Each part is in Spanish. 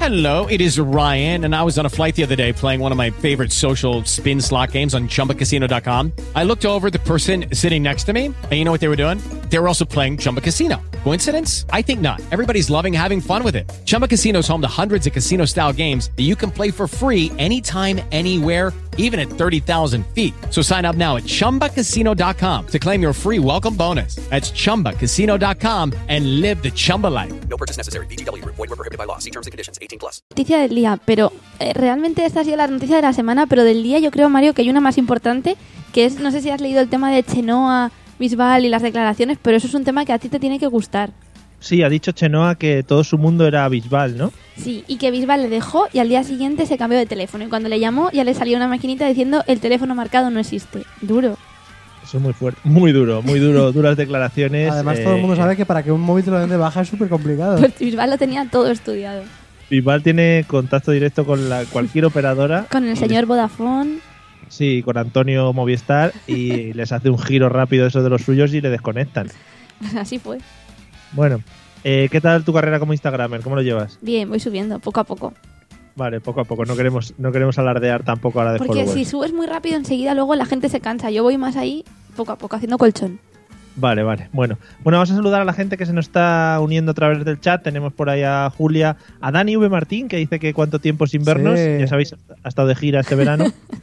Hello, it is Ryan, and I was on a flight the other day playing one of my favorite social spin slot games on ChumbaCasino.com. I looked over at the person sitting next to me, and you know what they were doing? They were also playing Chumba Casino. Coincidence? I think not. Everybody's loving having fun with it. Chumba Casino is home to hundreds of casino-style games that you can play for free anytime, anywhere, even at 30,000 feet. So sign up now at ChumbaCasino.com to claim your free welcome bonus. That's ChumbaCasino.com and live the Chumba life. No purchase necessary. VGW. Void were prohibited by law. See terms and conditions. 18+. Noticia del día, pero realmente esta ha sido la noticia de la semana, pero del día yo creo, Mario, que hay una más importante, que es, no sé si has leído el tema de Chenoa, Bisbal y las declaraciones, pero eso es un tema que a ti te tiene que gustar. Sí, ha dicho Chenoa que todo su mundo era Bisbal, ¿no? Sí, y que Bisbal le dejó y al día siguiente se cambió de teléfono. Y cuando le llamó ya le salió una maquinita diciendo el teléfono marcado no existe. Duro. Eso es muy fuerte, muy duro, duras declaraciones. Además todo el mundo sabe que para que un móvil te lo den de baja es súper complicado. Pues Bisbal lo tenía todo estudiado. Bisbal tiene contacto directo con cualquier operadora. Con el señor Vodafone. Sí, con Antonio Movistar y les hace un giro rápido eso de los suyos y le desconectan. Así fue. Bueno, ¿qué tal tu carrera como Instagramer? ¿Cómo lo llevas? Bien, voy subiendo, poco a poco. Vale, poco a poco. No queremos alardear tampoco ahora de Porque followers. si subes muy rápido, enseguida luego la gente se cansa. Yo voy más ahí, poco a poco, haciendo colchón. Vale. Bueno, vamos a saludar a la gente que se nos está uniendo a través del chat. Tenemos por ahí a Julia, a Dani V. Martín, que dice que cuánto tiempo sin vernos. Sí. Ya sabéis, ha estado de gira este verano.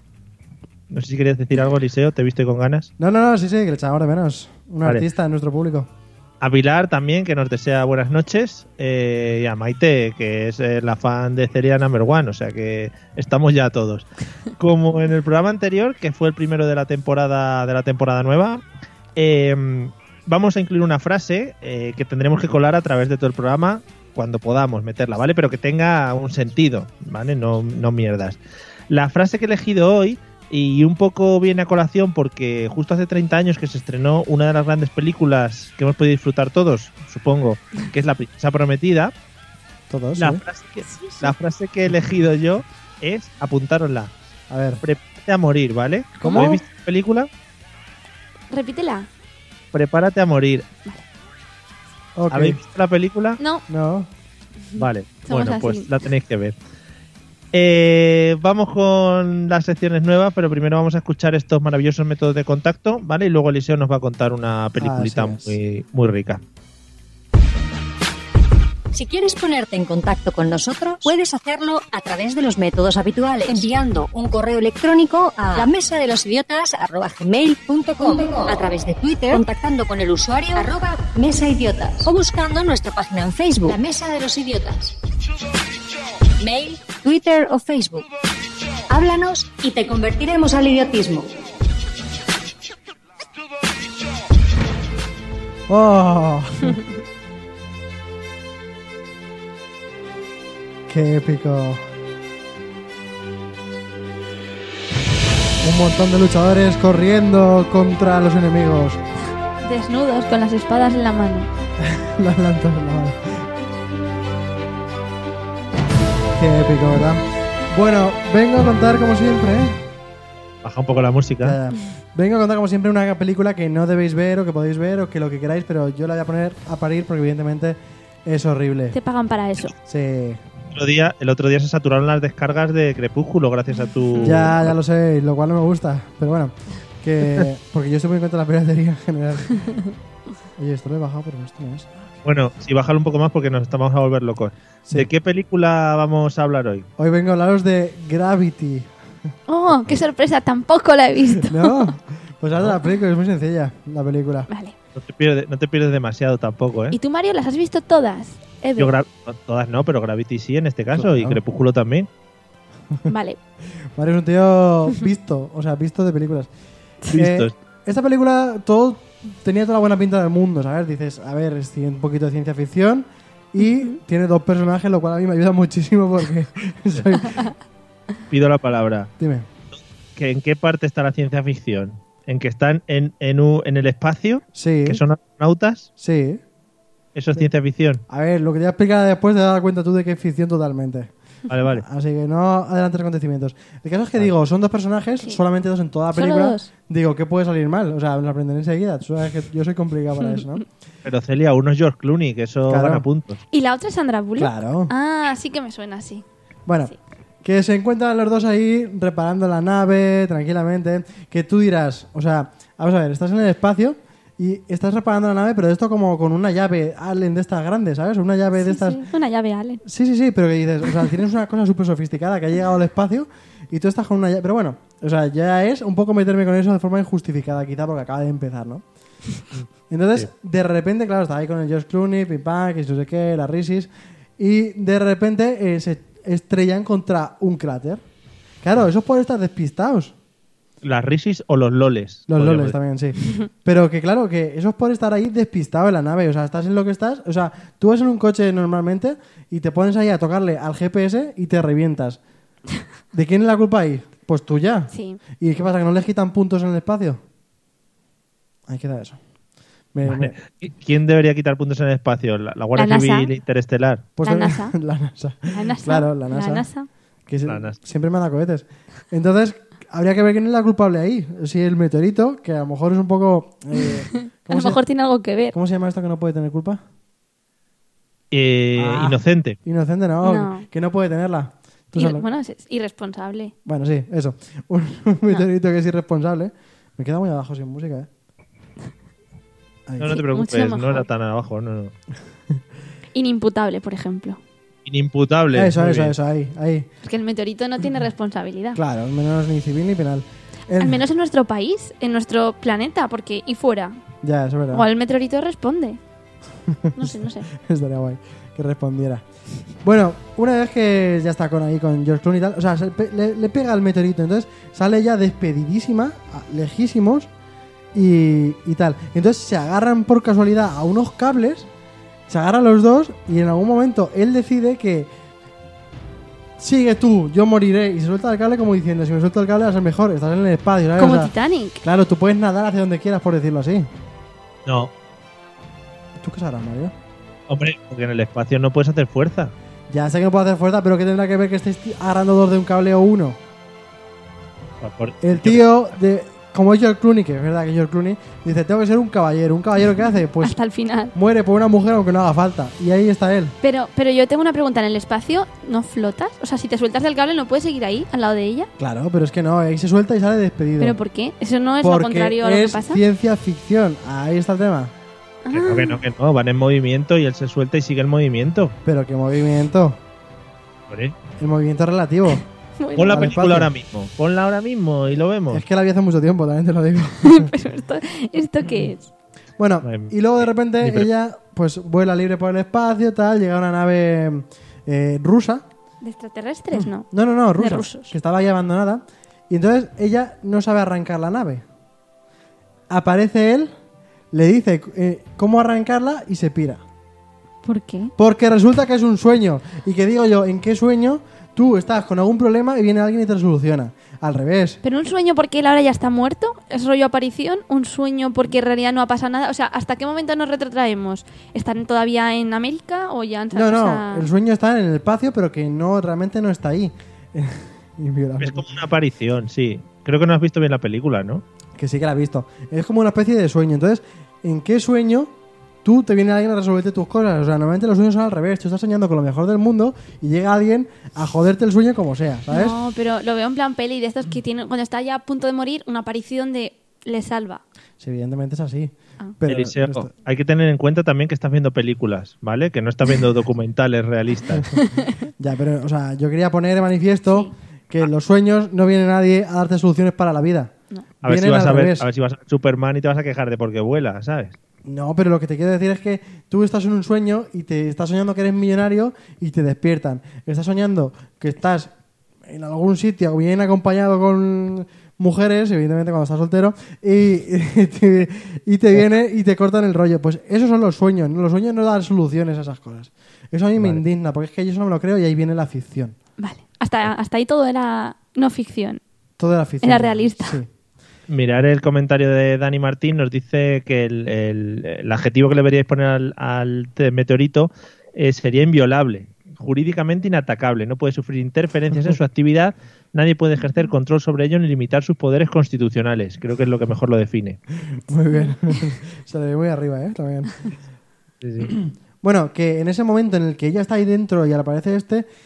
No sé si querías decir algo, Eliseo. ¿Te viste con ganas? No, sí, que le echamos de menos. Un Vale. artista de nuestro público. A Pilar también, que nos desea buenas noches. Y a Maite, que es la fan de Celia Number One. O sea que estamos ya todos. Como en el programa anterior, que fue el primero de la temporada nueva, vamos a incluir una frase que tendremos que colar a través de todo el programa cuando podamos meterla, ¿vale? Pero que tenga un sentido, ¿vale? No mierdas. La frase que he elegido hoy, y un poco viene a colación porque justo hace 30 años que se estrenó una de las grandes películas que hemos podido disfrutar todos, supongo, que es La Princesa Prometida. Todos, La ¿sí? frase que he elegido yo es, apuntárosla, A ver. prepárate a morir, ¿vale? ¿Cómo? ¿Habéis visto la película? Repítela. Prepárate a morir. Ok. ¿Habéis visto la película? No. No. Vale, Somos bueno, así. pues la tenéis que ver. Vamos con las secciones nuevas, pero primero vamos a escuchar estos maravillosos métodos de contacto, ¿vale? Y luego Eliseo nos va a contar una peliculita Así muy rica. Si quieres ponerte en contacto con nosotros, puedes hacerlo a través de los métodos habituales, enviando un correo electrónico a lamesadelosidiotas@gmail.com, a través de Twitter, contactando con el usuario @mesaidiotas, o buscando nuestra página en Facebook, La Mesa de los Idiotas. Mail, Twitter o Facebook. Háblanos y te convertiremos al idiotismo. ¡Oh! ¡Qué épico! Un montón de luchadores corriendo contra los enemigos. Desnudos, con las espadas en la mano. Las lanzas en la mano. ¡Qué épico, ¿verdad? Bueno, vengo a contar como siempre, Baja un poco la música. Vengo a contar como siempre una película que no debéis ver o que podéis ver o que lo que queráis, pero yo la voy a poner a parir porque evidentemente es horrible. Te pagan para eso. Sí. El otro día se saturaron las descargas de Crepúsculo gracias a tu... Ya lo sé, lo cual no me gusta, pero bueno, porque yo estoy muy en contra de la piratería en general. Oye, esto lo he bajado, pero esto no es. Bueno, sí, bájalo un poco más porque nos estamos a volver locos. Sí. ¿De qué película vamos a hablar hoy? Hoy vengo a hablaros de Gravity. ¡Oh, qué sorpresa! Tampoco la he visto. ¿No? Pues ahora la película es muy sencilla, la película. Vale. No te pierdes demasiado tampoco, ¿eh? ¿Y tú, Mario, las has visto todas? Eve. Yo no, todas no, pero Gravity sí en este caso, Claro. y Crepúsculo también. Vale. Mario es un tío visto de películas. Vistos. Esta película tenía toda la buena pinta del mundo, ¿sabes? Dices, a ver, es un poquito de ciencia ficción y tiene dos personajes, lo cual a mí me ayuda muchísimo porque soy... Pido la palabra. Dime. ¿En qué parte está la ciencia ficción? ¿En que están en el espacio? Sí. ¿Que son astronautas? Sí. ¿Eso es ciencia ficción? A ver, lo que te voy a explicar después te das cuenta tú de que es ficción totalmente. Vale. Así que no adelantes acontecimientos. El caso es que digo, son 2 personajes, solamente 2 en toda la Solo película. 2. Digo, ¿qué puede salir mal? O sea, me lo aprenderé enseguida. Tú sabes que yo soy complicado para eso, ¿no? Pero Celia, uno es George Clooney, que eso Claro. gana puntos. ¿Y la otra es Sandra Bullock? Claro. Ah, sí que me suena así. Bueno, Sí. que se encuentran los dos ahí reparando la nave tranquilamente. Que tú dirás, o sea, vamos a ver, estás en el espacio y estás reparando la nave, pero esto como con una llave Allen de estas grandes, ¿sabes? Una llave de Sí, estas... sí, una llave Allen. Sí, pero que dices, o sea, tienes una cosa súper sofisticada que ha llegado al espacio y tú estás con una llave... Pero bueno, o sea, ya es un poco meterme con eso de forma injustificada quizá porque acaba de empezar, ¿no? Entonces, de repente, claro, está ahí con el George Clooney, pim pam, que no sé qué, la risis, y de repente se estrellan contra un cráter. Claro, eso es por estar despistados. ¿Las risis o los loles? Los Podríamos loles también, sí. Pero que claro, que eso es por estar ahí despistado en la nave. O sea, estás en lo que estás. O sea, tú vas en un coche normalmente y te pones ahí a tocarle al GPS y te revientas. ¿De quién es la culpa ahí? Pues tuya. Sí. ¿Y qué pasa? ¿Que no les quitan puntos en el espacio? Ahí queda eso. Vale. ¿Quién debería quitar puntos en el espacio? ¿La Guardia La NASA. Civil Interestelar? Pues La NASA. La NASA. La NASA. Claro, la NASA. La NASA. Que La NASA. siempre manda cohetes. Entonces, habría que ver quién es la culpable ahí. Si el meteorito, que a lo mejor es un poco... A lo mejor tiene algo que ver. ¿Cómo se llama esto que no puede tener culpa? Inocente. Inocente, no, No. que no puede tenerla. Tú sabes lo- Bueno, es irresponsable. Bueno, sí, eso. Un meteorito que es irresponsable. Me queda muy abajo sin música, ¿eh? Ahí. No te Sí, preocupes, mucho no mejor. era tan abajo, no. Inimputable, por ejemplo. Inimputable. Eso, muy bien. ahí. Porque el meteorito no tiene responsabilidad. Claro, menos ni civil ni penal. Al menos en nuestro país, en nuestro planeta, porque y fuera. Ya, eso es verdad. Igual el meteorito responde. No sé. Estaría guay que respondiera. Bueno, una vez que ya está ahí con George Clooney y tal, o sea, le pega al meteorito, entonces sale ya despedidísima, lejísimos y tal. Entonces se agarran por casualidad a unos cables, se agarran los dos y en algún momento él decide que sigue tú, yo moriré, y se suelta el cable como diciendo, si me suelto el cable va a ser mejor, estás en el espacio, ¿sabes? Como O sea, Titanic. claro, tú puedes nadar hacia donde quieras, por decirlo así. No, ¿Tú qué sabrás, Mario? hombre, porque en el espacio no puedes hacer fuerza. Ya sé que no puedo hacer fuerza, pero ¿qué tendrá que ver que estéis agarrando dos de un cable o uno? El tío de... Como es George Clooney, que es verdad que George Clooney, dice, tengo que ser un caballero. ¿Un caballero qué hace? Pues Hasta el final. muere por una mujer aunque no haga falta. Y ahí está él. Pero yo tengo una pregunta. ¿En el espacio no flotas? O sea, si te sueltas del cable, ¿no puedes seguir ahí, al lado de ella? Claro, pero es que no, ahí se suelta y sale despedido. ¿Pero por qué? ¿Eso no es Porque lo contrario a lo que es pasa? ciencia ficción. Ahí está el tema. Que no, van en movimiento y él se suelta y sigue el movimiento. Pero qué movimiento. Hombre, El movimiento es relativo. Bueno, pon la Al película espacio. ahora mismo. Ponla ahora mismo y lo vemos. Es que la vi hace mucho tiempo, también te lo digo. pero ¿esto qué es? Bueno, Ay, y luego de repente ni pre- ella pues vuela libre por el espacio, tal, llega una nave rusa. ¿De extraterrestres? No. No, rusa. rusos. Que estaba ahí abandonada. Y entonces ella no sabe arrancar la nave. Aparece él, le dice cómo arrancarla y se pira. ¿Por qué? Porque resulta que es un sueño. Y que digo yo, ¿en qué sueño tú estás con algún problema y viene alguien y te lo soluciona? Al revés. ¿Pero un sueño porque él ahora ya está muerto? ¿Es rollo aparición? ¿Un sueño porque en realidad no ha pasado nada? O sea, ¿hasta qué momento nos retrotraemos? ¿Están todavía en América o ya han No, o sea, el sueño está en el espacio, pero que no realmente no está ahí. Inviolable. Es como una aparición, sí. Creo que no has visto bien la película, ¿no? Que sí que la he visto. Es como una especie de sueño. Entonces, ¿en qué sueño tú te viene alguien a resolverte tus cosas? O sea, normalmente los sueños son al revés. Tú estás soñando con lo mejor del mundo y llega alguien a joderte el sueño como sea, ¿sabes? No, pero lo veo en plan peli de estos que tienen, cuando está ya a punto de morir, una aparición de le salva. Sí, evidentemente es así. Ah. Pero Eliseo, esto- hay que tener en cuenta también que estás viendo películas, ¿vale? Que no estás viendo documentales realistas. Ya, pero, o sea, yo quería poner de manifiesto Sí. que en los sueños no viene nadie a darte soluciones para la vida. A ver, si Vienen vas al a ver, revés. a ver si vas a ver Superman y te vas a quejar de porque vuela, ¿sabes? No, pero lo que te quiero decir es que tú estás en un sueño y te estás soñando que eres millonario y te despiertan. Estás soñando que estás en algún sitio bien acompañado con mujeres, evidentemente cuando estás soltero, y te viene y te cortan el rollo. Pues esos son los sueños. Los sueños no dan soluciones a esas cosas. Eso a mí me indigna, porque es que yo eso no me lo creo y ahí viene la ficción. Vale. Hasta ahí todo era no ficción. Toda la ficción. Era realista. Sí. Mirar el comentario de Dani Martín, nos dice que el adjetivo que le deberíais poner al meteorito sería inviolable. jurídicamente inatacable, no puede sufrir interferencias en su actividad, nadie puede ejercer control sobre ello ni limitar sus poderes constitucionales. Creo que es lo que mejor lo define. Muy bien. Se le ve muy arriba, también. Sí. Bueno, que en ese momento en el que ella está ahí dentro y aparece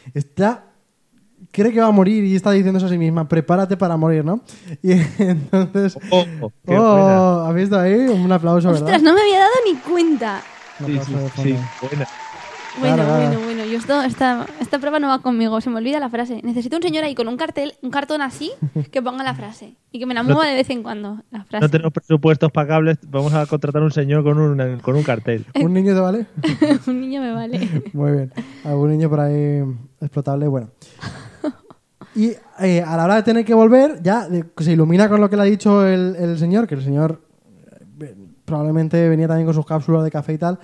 cree que va a morir y está diciéndose a sí misma, prepárate para morir, ¿no? Y entonces... Qué buena. ¿has visto ahí? Un aplauso, ¿verdad? Ostras, no me había dado ni cuenta. Un Sí, aplauso de fondo. buena. Bueno. Yo esta prueba no va conmigo. Se me olvida la frase. Necesito un señor ahí con un cartón así, que ponga la frase. Y que me la mueva de vez en cuando, la frase. No tenemos presupuestos pagables, vamos a contratar a un señor con un cartel. ¿Un niño te vale? Un niño me vale. Muy bien. Algún niño por ahí explotable, bueno. Y a la hora de tener que volver, ya se ilumina con lo que le ha dicho el señor, que el señor probablemente venía también con sus cápsulas de café y tal.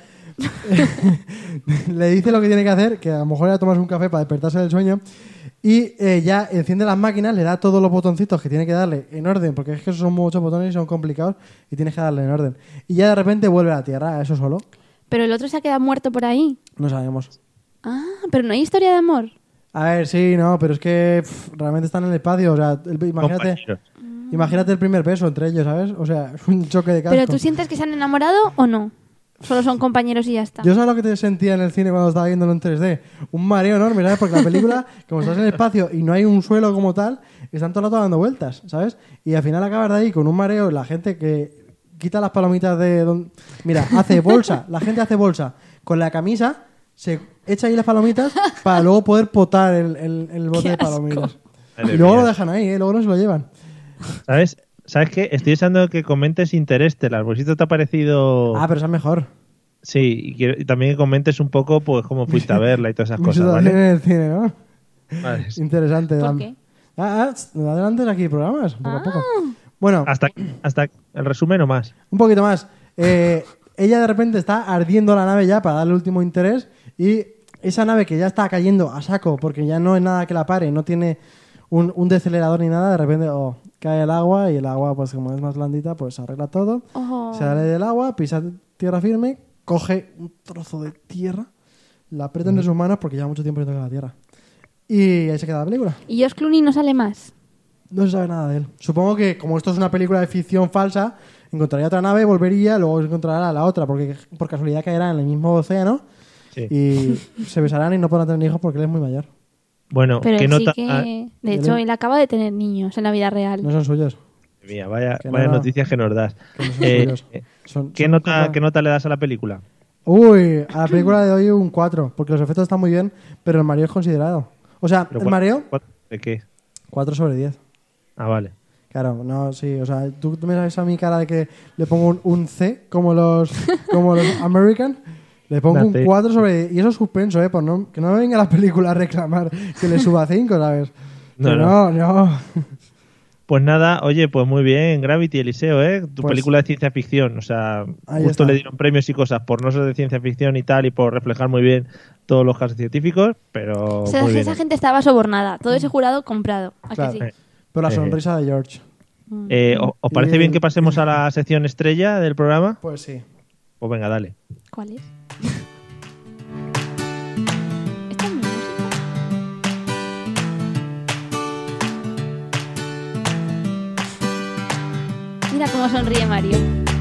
Le dice lo que tiene que hacer, que a lo mejor era tomarse un café para despertarse del sueño, y ya enciende las máquinas, le da todos los botoncitos que tiene que darle en orden, porque es que esos son muchos botones y son complicados y tienes que darle en orden. Y ya de repente vuelve a la Tierra, eso solo. Pero el otro se ha quedado muerto por ahí. No sabemos. Ah, pero no hay historia de amor. A ver, sí, no, pero es que realmente están en el espacio, o sea, imagínate el primer beso entre ellos, ¿sabes? O sea, es un choque de casco. ¿Pero tú sientes que se han enamorado o no? Solo son compañeros y ya está. Yo sabes lo que te sentía en el cine cuando estaba viéndolo en 3D. Un mareo enorme, ¿sabes? Porque la película, como estás en el espacio y no hay un suelo como tal, están todo el rato dando vueltas, ¿sabes? Y al final acabas de ahí con un mareo, la gente que quita las palomitas de... Mira, hace bolsa, la gente hace bolsa con la camisa, se echa ahí las palomitas para luego poder potar el bote de palomitas. Y luego lo dejan ahí, luego no se lo llevan. ¿Sabes qué? Estoy deseando que comentes Interstellar, porque si esto te ha parecido... Ah, pero esa es mejor. Sí, y también que comentes un poco pues cómo fuiste a verla y todas esas Mi cosas, situación ¿vale? en el cine, ¿no? Vale. Interesante. ¿Por qué? Adelante aquí programas, poco a poco. Bueno, Hasta el resumen o más. un poquito más. Ella de repente está ardiendo la nave ya para darle el último interés y esa nave que ya está cayendo a saco porque ya no hay nada que la pare, no tiene un decelerador ni nada, de repente cae el agua y el agua, pues como es más blandita, pues arregla todo. Oh. Se sale del agua, pisa tierra firme, coge un trozo de tierra, la aprieta entre sus manos porque lleva mucho tiempo sin tocar la tierra. Y ahí se queda la película. ¿Y George Clooney no sale más? No se sabe nada de él. Supongo que como esto es una película de ficción falsa, encontraría otra nave, volvería, luego encontrará la otra, porque por casualidad caerá en el mismo océano y se besarán y no podrán tener hijos porque él es muy mayor. Bueno, Pero ¿qué él nota? sí que... De hecho, él acaba de tener niños en la vida real. No son suyos. Mía, vaya Que no. noticias que nos das. Que no son suyos. ¿Qué nota le das a la película? Uy, a la película le doy un 4, porque los efectos están muy bien, pero el mareo es considerado. O sea, Pero el mareo, ¿De qué? 4 sobre 10. Ah, vale. Claro, no, sí, o sea, tú me sabes a mi cara de que le pongo un C, como los American, le pongo Una un C. 4 sobre 10. Y eso es suspenso, por no, que no me venga la película a reclamar que le suba 5, ¿sabes? No. Pues nada, oye, pues muy bien, Gravity, Eliseo, Tu Pues- película de ciencia ficción, o sea, Ahí justo está. le dieron premios y cosas por no ser de ciencia ficción y tal, y por reflejar muy bien todos los casos científicos, pero O sea, muy bien. esa gente estaba sobornada. Todo ese jurado comprado. ¿A que Claro. sí? Pero la sonrisa de George. ¿Os parece Y- bien que pasemos a la sección estrella del programa? Pues sí. Pues venga, dale. ¿Cuál es? ¿Esta es mi música? Mira cómo sonríe Mario.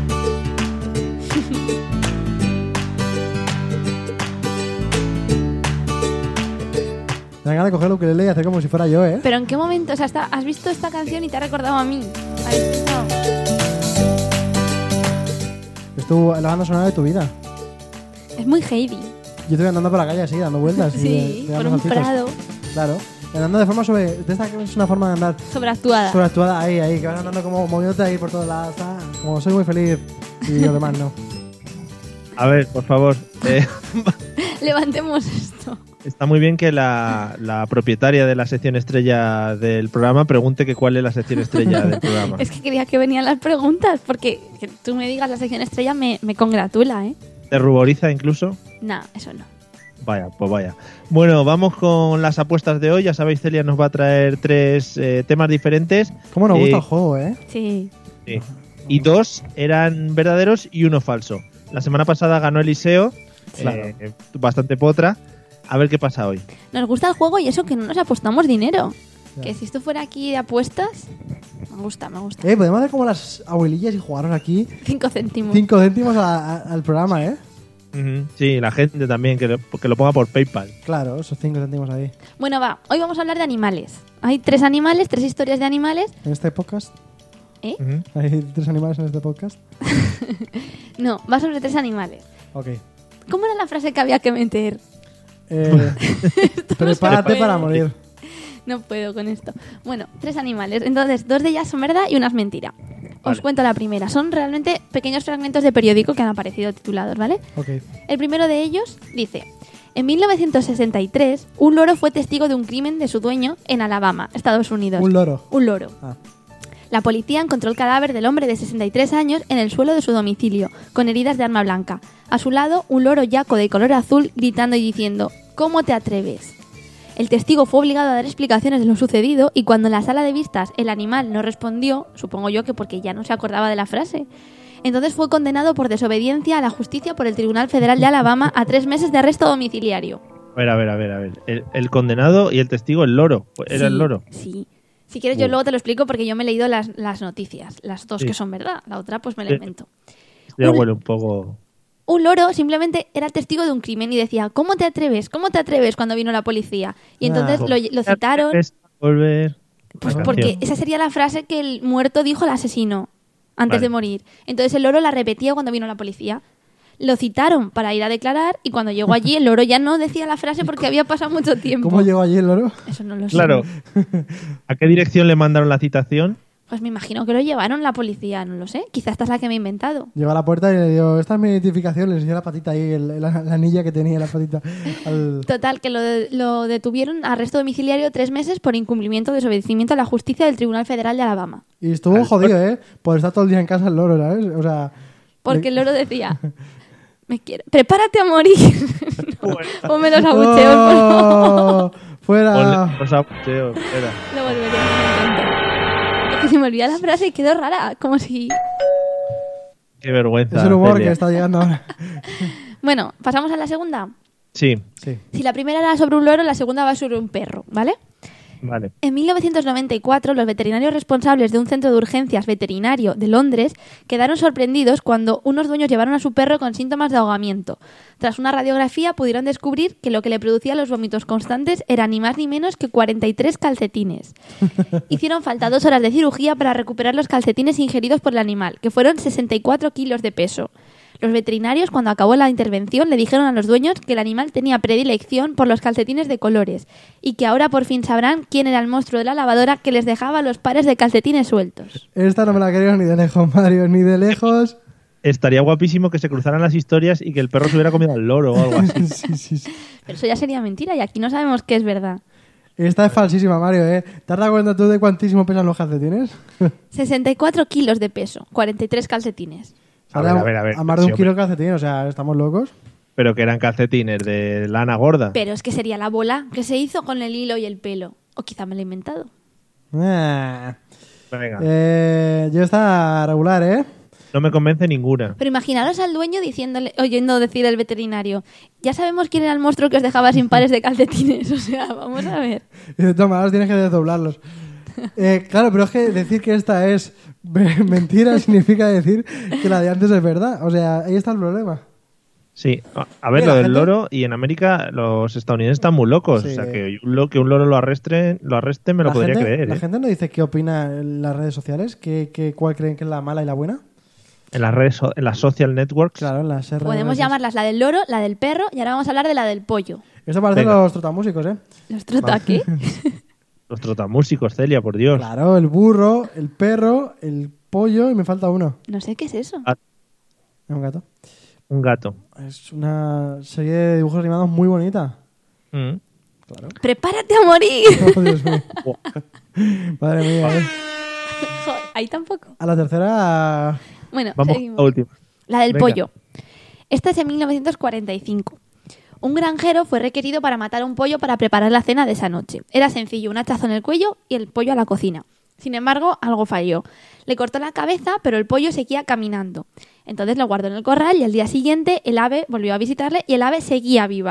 Me da ganas de coger el ukelele y hacer como si fuera yo, ¿eh? Pero ¿en qué momento? O sea, has visto esta canción y te ha recordado a mí. ¿Has escuchado? Es la banda sonora de tu vida. Es muy Heidi. Yo estoy andando por la calle así, dando vueltas. Sí, por dando un saltitos. prado. Claro. Andando de forma sobre... De esta que es una forma de andar Sobreactuada. sobreactuada ahí, que vas andando como moviéndote ahí por todos lados. Como soy muy feliz y los demás no. A ver, por favor, Levantemos esto. está muy bien que la propietaria de la sección estrella del programa pregunte que cuál es la sección estrella del programa. Es que quería que venían las preguntas, porque que tú me digas la sección estrella me congratula, ¿eh? ¿Te ruboriza incluso? No, eso no. Vaya, pues vaya. Bueno, vamos con las apuestas de hoy. Ya sabéis, Celia nos va a traer 3 temas diferentes. ¿Cómo nos gusta Eh, el juego, eh? Sí. Sí. Y 2 eran verdaderos y 1 falso. La semana pasada ganó Eliseo, Claro. bastante potra. A ver qué pasa hoy. Nos gusta el juego y eso que no nos apostamos dinero. Ya. Que si esto fuera aquí de apuestas, me gusta. Podemos hacer como las abuelillas y jugaros aquí 5 céntimos. 5 céntimos al programa, ¿eh? Ujú. Sí, la gente también, que lo ponga por PayPal. Claro, esos 5 céntimos ahí. Bueno, va. Hoy vamos a hablar de animales. Hay 3 animales, 3 historias de animales. En este podcast. ¿Eh? Ujú. Hay 3 animales en este podcast. No, va sobre 3 animales. Ok. ¿Cómo era la frase que había que meter? Prepárate para morir. No puedo con esto. Bueno, 3 animales. Entonces, 2 de ellas son verdad y una es mentira. Os Vale. cuento la primera. Son realmente pequeños fragmentos de periódico que han aparecido titulados, ¿vale? Ok. El primero de ellos dice: en 1963, un loro fue testigo de un crimen de su dueño en Alabama, Estados Unidos. Un loro. Un loro. Ah. La policía encontró el cadáver del hombre de 63 años en el suelo de su domicilio, con heridas de arma blanca. A su lado, un loro yaco de color azul gritando y diciendo: ¿cómo te atreves? El testigo fue obligado a dar explicaciones de lo sucedido y cuando en la sala de vistas el animal no respondió, supongo yo que porque ya no se acordaba de la frase, entonces fue condenado por desobediencia a la justicia por el Tribunal Federal de Alabama a 3 meses de arresto domiciliario. A ver. El condenado y el testigo, el loro. Era Sí, el loro. Sí. Si quieres yo luego te lo explico porque yo me he leído las noticias, las 2 Sí. que son verdad, la otra pues me la Sí. invento. Ya Un- huele un poco... Un loro simplemente era testigo de un crimen y decía: ¿cómo te atreves? ¿Cómo te atreves? Cuando vino la policía. Y entonces lo citaron, Volver... pues La porque canción. esa sería la frase que el muerto dijo al asesino antes Vale. de morir. Entonces el loro la repetía cuando vino la policía. Lo citaron para ir a declarar y cuando llegó allí el loro ya no decía la frase porque había pasado mucho tiempo. ¿Cómo llegó allí el loro? Eso no lo sé. Claro. ¿A qué dirección le mandaron la citación? Pues me imagino que lo llevaron la policía, no lo sé. Quizás esta es la que me he inventado. Llegó a la puerta y le dio: esta es mi identificación. Le enseñó la patita ahí, la anilla que tenía la patita. Total, que lo detuvieron a arresto domiciliario 3 meses por incumplimiento de desobedecimiento a la justicia del Tribunal Federal de Alabama. Y estuvo jodido, ¿eh? Por estar todo el día en casa el loro, ¿sabes? O sea... Porque el loro decía: me quiero, prepárate a morir. Ponme los abucheos, por favor. ¡Oh! ¡Fuera! Ponle los abucheos, espera. Lo volveré a intentar. Es que se me olvidó la frase y quedó rara, como si... Qué vergüenza. Es el humor Celia. que está llegando ahora. Bueno, pasamos a la segunda. Sí, Sí. Si la primera era sobre un loro, la segunda va sobre un perro, ¿vale? vale. En 1994, los veterinarios responsables de un centro de urgencias veterinario de Londres quedaron sorprendidos cuando unos dueños llevaron a su perro con síntomas de ahogamiento. Tras una radiografía pudieron descubrir que lo que le producía los vómitos constantes eran ni más ni menos que 43 calcetines. Hicieron falta 2 horas de cirugía para recuperar los calcetines ingeridos por el animal, que fueron 64 kilos de peso. Los veterinarios, cuando acabó la intervención, le dijeron a los dueños que el animal tenía predilección por los calcetines de colores y que ahora por fin sabrán quién era el monstruo de la lavadora que les dejaba los pares de calcetines sueltos. Esta no me la creo ni de lejos, Mario, ni de lejos. Estaría guapísimo que se cruzaran las historias y que el perro se hubiera comido al loro o algo así. Sí. Pero eso ya sería mentira y aquí no sabemos qué es verdad. Esta es falsísima, Mario, ¿eh? ¿Te has dado cuenta tú de cuantísimo pesan los calcetines? 64 kilos de peso, 43 calcetines. A ver, a ver. A más de un Sí, kilo de hombre. calcetines, o sea, ¿estamos locos? Pero que eran calcetines de lana gorda. Pero es que sería la bola que se hizo con el hilo y el pelo. O quizá me lo he inventado. Venga. Venga. Yo está regular, ¿eh? No me convence ninguna. Pero imaginaros al dueño oyendo decir el veterinario: ya sabemos quién era el monstruo que os dejaba sin pares de calcetines. O sea, vamos a ver. Y de todas maneras tienes que desdoblarlos. Claro, pero es que decir que esta es mentira significa decir que la de antes es verdad. O sea, ahí está el problema. Sí, a ver, Mira, lo del gente- loro, y en América los estadounidenses están muy locos. Sí. O sea, que un loro lo arreste me lo podría creer. La ¿eh? gente no dice qué opina en las redes sociales, cuál creen que es la mala y la buena. En las redes, en las social networks. Claro, en las redes. Podemos llamarlas la del loro, la del perro y ahora vamos a hablar de la del pollo. Esto parece Venga. los trotamúsicos, ¿eh? ¿Los trota qué? Los trotamúsicos, Celia, por Dios. Claro, el burro, el perro, el pollo y me falta uno. No sé qué es eso. Ah, Es un gato. un gato. Es una serie de dibujos animados muy bonita. Mm. ¡Prepárate a morir! Oh, Dios mío. Madre mía, ¿eh? Joder, ahí tampoco. A la tercera... Bueno, Vamos seguimos. a la última. La del Venga. pollo. Esta es en 1945. Un granjero fue requerido para matar a un pollo para preparar la cena de esa noche. Era sencillo, un hachazo en el cuello y el pollo a la cocina. Sin embargo, algo falló. Le cortó la cabeza, pero el pollo seguía caminando. Entonces lo guardó en el corral y al día siguiente el ave volvió a visitarle y el ave seguía viva.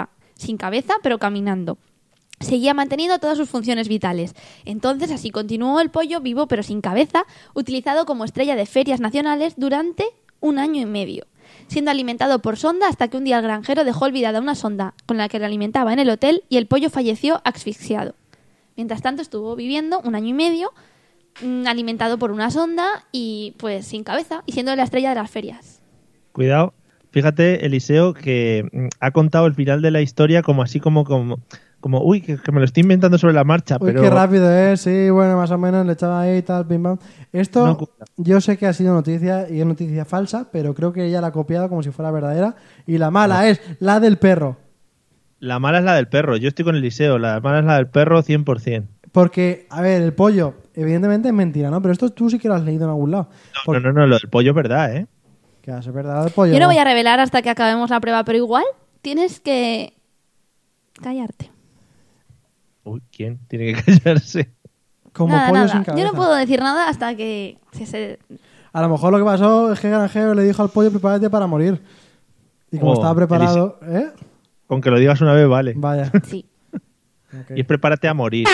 sin cabeza, pero caminando. Seguía manteniendo todas sus funciones vitales. Entonces así continuó el pollo vivo pero sin cabeza, utilizado como estrella de ferias nacionales durante 1 año y medio, siendo alimentado por sonda hasta que un día el granjero dejó olvidada una sonda con la que lo alimentaba en el hotel y el pollo falleció asfixiado. Mientras tanto estuvo viviendo 1 año y medio, alimentado por una sonda y pues sin cabeza y siendo la estrella de las ferias. Cuidado, fíjate, Eliseo, que ha contado el final de la historia como así como uy, que me lo estoy inventando sobre la marcha. Uy, pero qué rápido, ¿eh? Sí, bueno, más o menos le echaba ahí tal, pim pam. Esto No cuenta. yo sé que ha sido noticia y es noticia falsa, pero creo que ella la ha copiado como si fuera verdadera. Y la mala es la del perro. La mala es la del perro. Yo estoy con Eliseo. La mala es la del perro 100%. Porque, a ver, el pollo, evidentemente es mentira, ¿no? Pero esto tú sí que lo has leído en algún lado. No, lo del pollo es verdad, ¿eh? Que es verdad, lo del pollo. Yo no voy a revelar hasta que acabemos la prueba, pero igual tienes que callarte. Uy, ¿quién tiene que callarse? Como Nada, pollo nada. sin cabeza. Yo no puedo decir nada hasta que se... A lo mejor lo que pasó es que el granjero le dijo al pollo prepárate para morir. Y como Oh, estaba preparado, ¿eh? Con que lo digas una vez vale. Vaya. Sí. Ok. Y es prepárate a morir.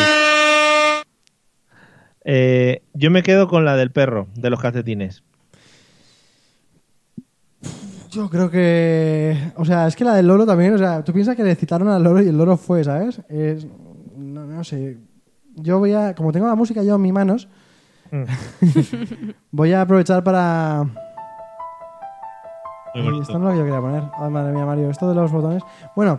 Yo me quedo con la del perro, de los calcetines. Yo creo que... O sea, es que la del loro también... O sea, tú piensas que le citaron al loro y el loro fue, ¿sabes? No sé. Yo voy a... Como tengo la música yo en mis manos, voy a aprovechar para... Muy Ay, bonito. esto no es lo que yo quería poner. Ay, madre mía, Mario. Esto de los botones... Bueno.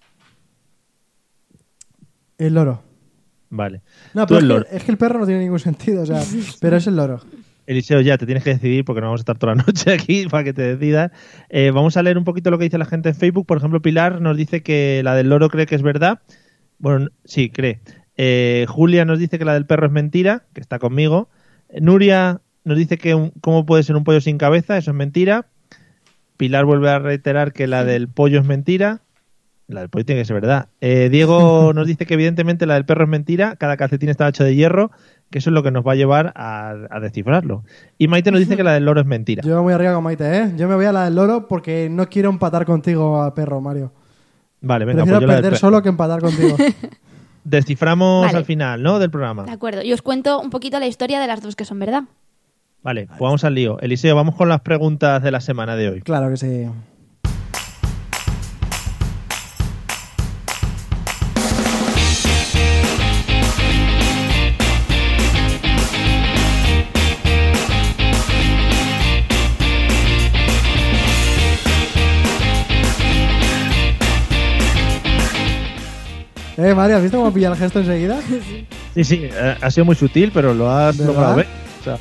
El loro. Vale. No, Tú pero el loro. es que el perro no tiene ningún sentido, o sea... Pero es el loro. Eliseo, ya te tienes que decidir porque no vamos a estar toda la noche aquí para que te decidas. Vamos a leer un poquito lo que dice la gente en Facebook. Por ejemplo, Pilar nos dice que la del loro cree que es verdad. Bueno, sí, cree. Julia nos dice que la del perro es mentira, que está conmigo. Nuria nos dice que cómo puede ser un pollo sin cabeza, eso es mentira. Pilar vuelve a reiterar que la del pollo es mentira. La del pollo tiene que ser verdad. Diego nos dice que evidentemente la del perro es mentira, cada calcetín está hecho de hierro, que eso es lo que nos va a llevar a descifrarlo. Y Maite nos dice que la del loro es mentira. Yo muy arriba con Maite, ¿eh? Yo me voy a la del loro porque no quiero empatar contigo al perro, Mario. Vale, venga, Prefiero pues yo la del perder perro. solo que empatar contigo. Desciframos Vale. al final, ¿no? Del programa. De acuerdo. Y os cuento un poquito la historia de las dos que son verdad. Vale, pues vamos al lío. Eliseo, vamos con las preguntas de la semana de hoy. Claro que sí. Mario, ¿has visto cómo pilla el gesto enseguida? Sí, sí, ha sido muy sutil, pero lo has ¿Verdad? logrado ver. O sea,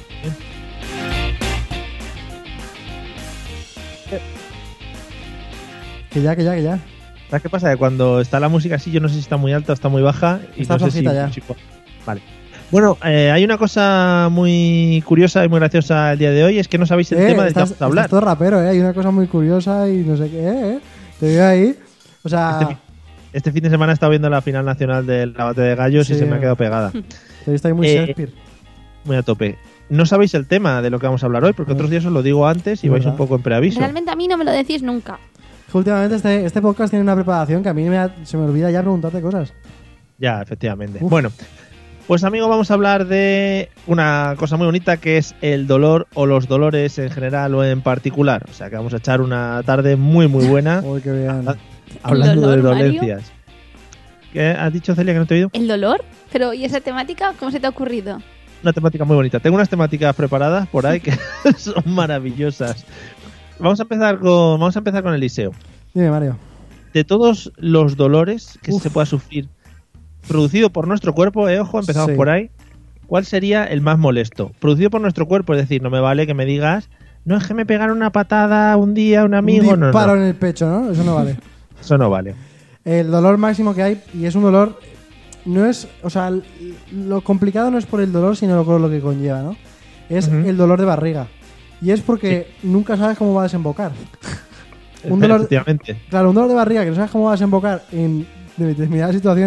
Que ya. ¿sabes qué pasa? Que cuando está la música así, yo no sé si está muy alta o está muy baja. Y Está no sé flojita si, ya. Vale. Bueno, hay una cosa muy curiosa y muy graciosa el día de hoy, es que no sabéis el tema del que vamos a hablar. Estás todo rapero, ¿eh? Hay una cosa muy curiosa y no sé qué, ¿eh? Te veo ahí. O sea, Este fin de semana he estado viendo la final nacional del Abate de Gallos Sí. y se me ha quedado pegada. te he visto ahí muy Shakespeare. Muy a tope. No sabéis el tema de lo que vamos a hablar hoy, porque otros días os lo digo antes y vais ¿Verdad? un poco en preaviso. Realmente a mí no me lo decís nunca. Que últimamente este podcast tiene una preparación que a mí se me olvida ya preguntarte cosas. Ya, efectivamente. Uf. Bueno, pues amigos, vamos a hablar de una cosa muy bonita que es el dolor o los dolores en general o en particular. O sea que vamos a echar una tarde muy muy buena Uy, qué bien. hablando de dolor, Mario? dolencias. ¿Qué has dicho, Celia, que no te he oído? ¿El dolor? Pero, ¿y esa temática cómo se te ha ocurrido? Una temática muy bonita. Tengo unas temáticas preparadas por ahí que son maravillosas. Vamos a empezar con Eliseo. Dime, Mario. De todos los dolores que Uf. se pueda sufrir producido por nuestro cuerpo, ojo, empezamos Sí. por ahí. ¿Cuál sería el más molesto? Producido por nuestro cuerpo, es decir, no me vale que me digas, no es que me pegaron una patada un día un amigo, Un disparo no, en el pecho, ¿no? Eso no vale. eso no vale. El dolor máximo que hay, y es un dolor, no es, o sea, lo complicado no es por el dolor, sino por lo que conlleva, ¿no? Es Ujú. el dolor de barriga. Y es porque nunca sabes cómo va a desembocar. Un dolor, Efectivamente. claro, un dolor de barriga que no sabes cómo va a desembocar en determinadas situaciones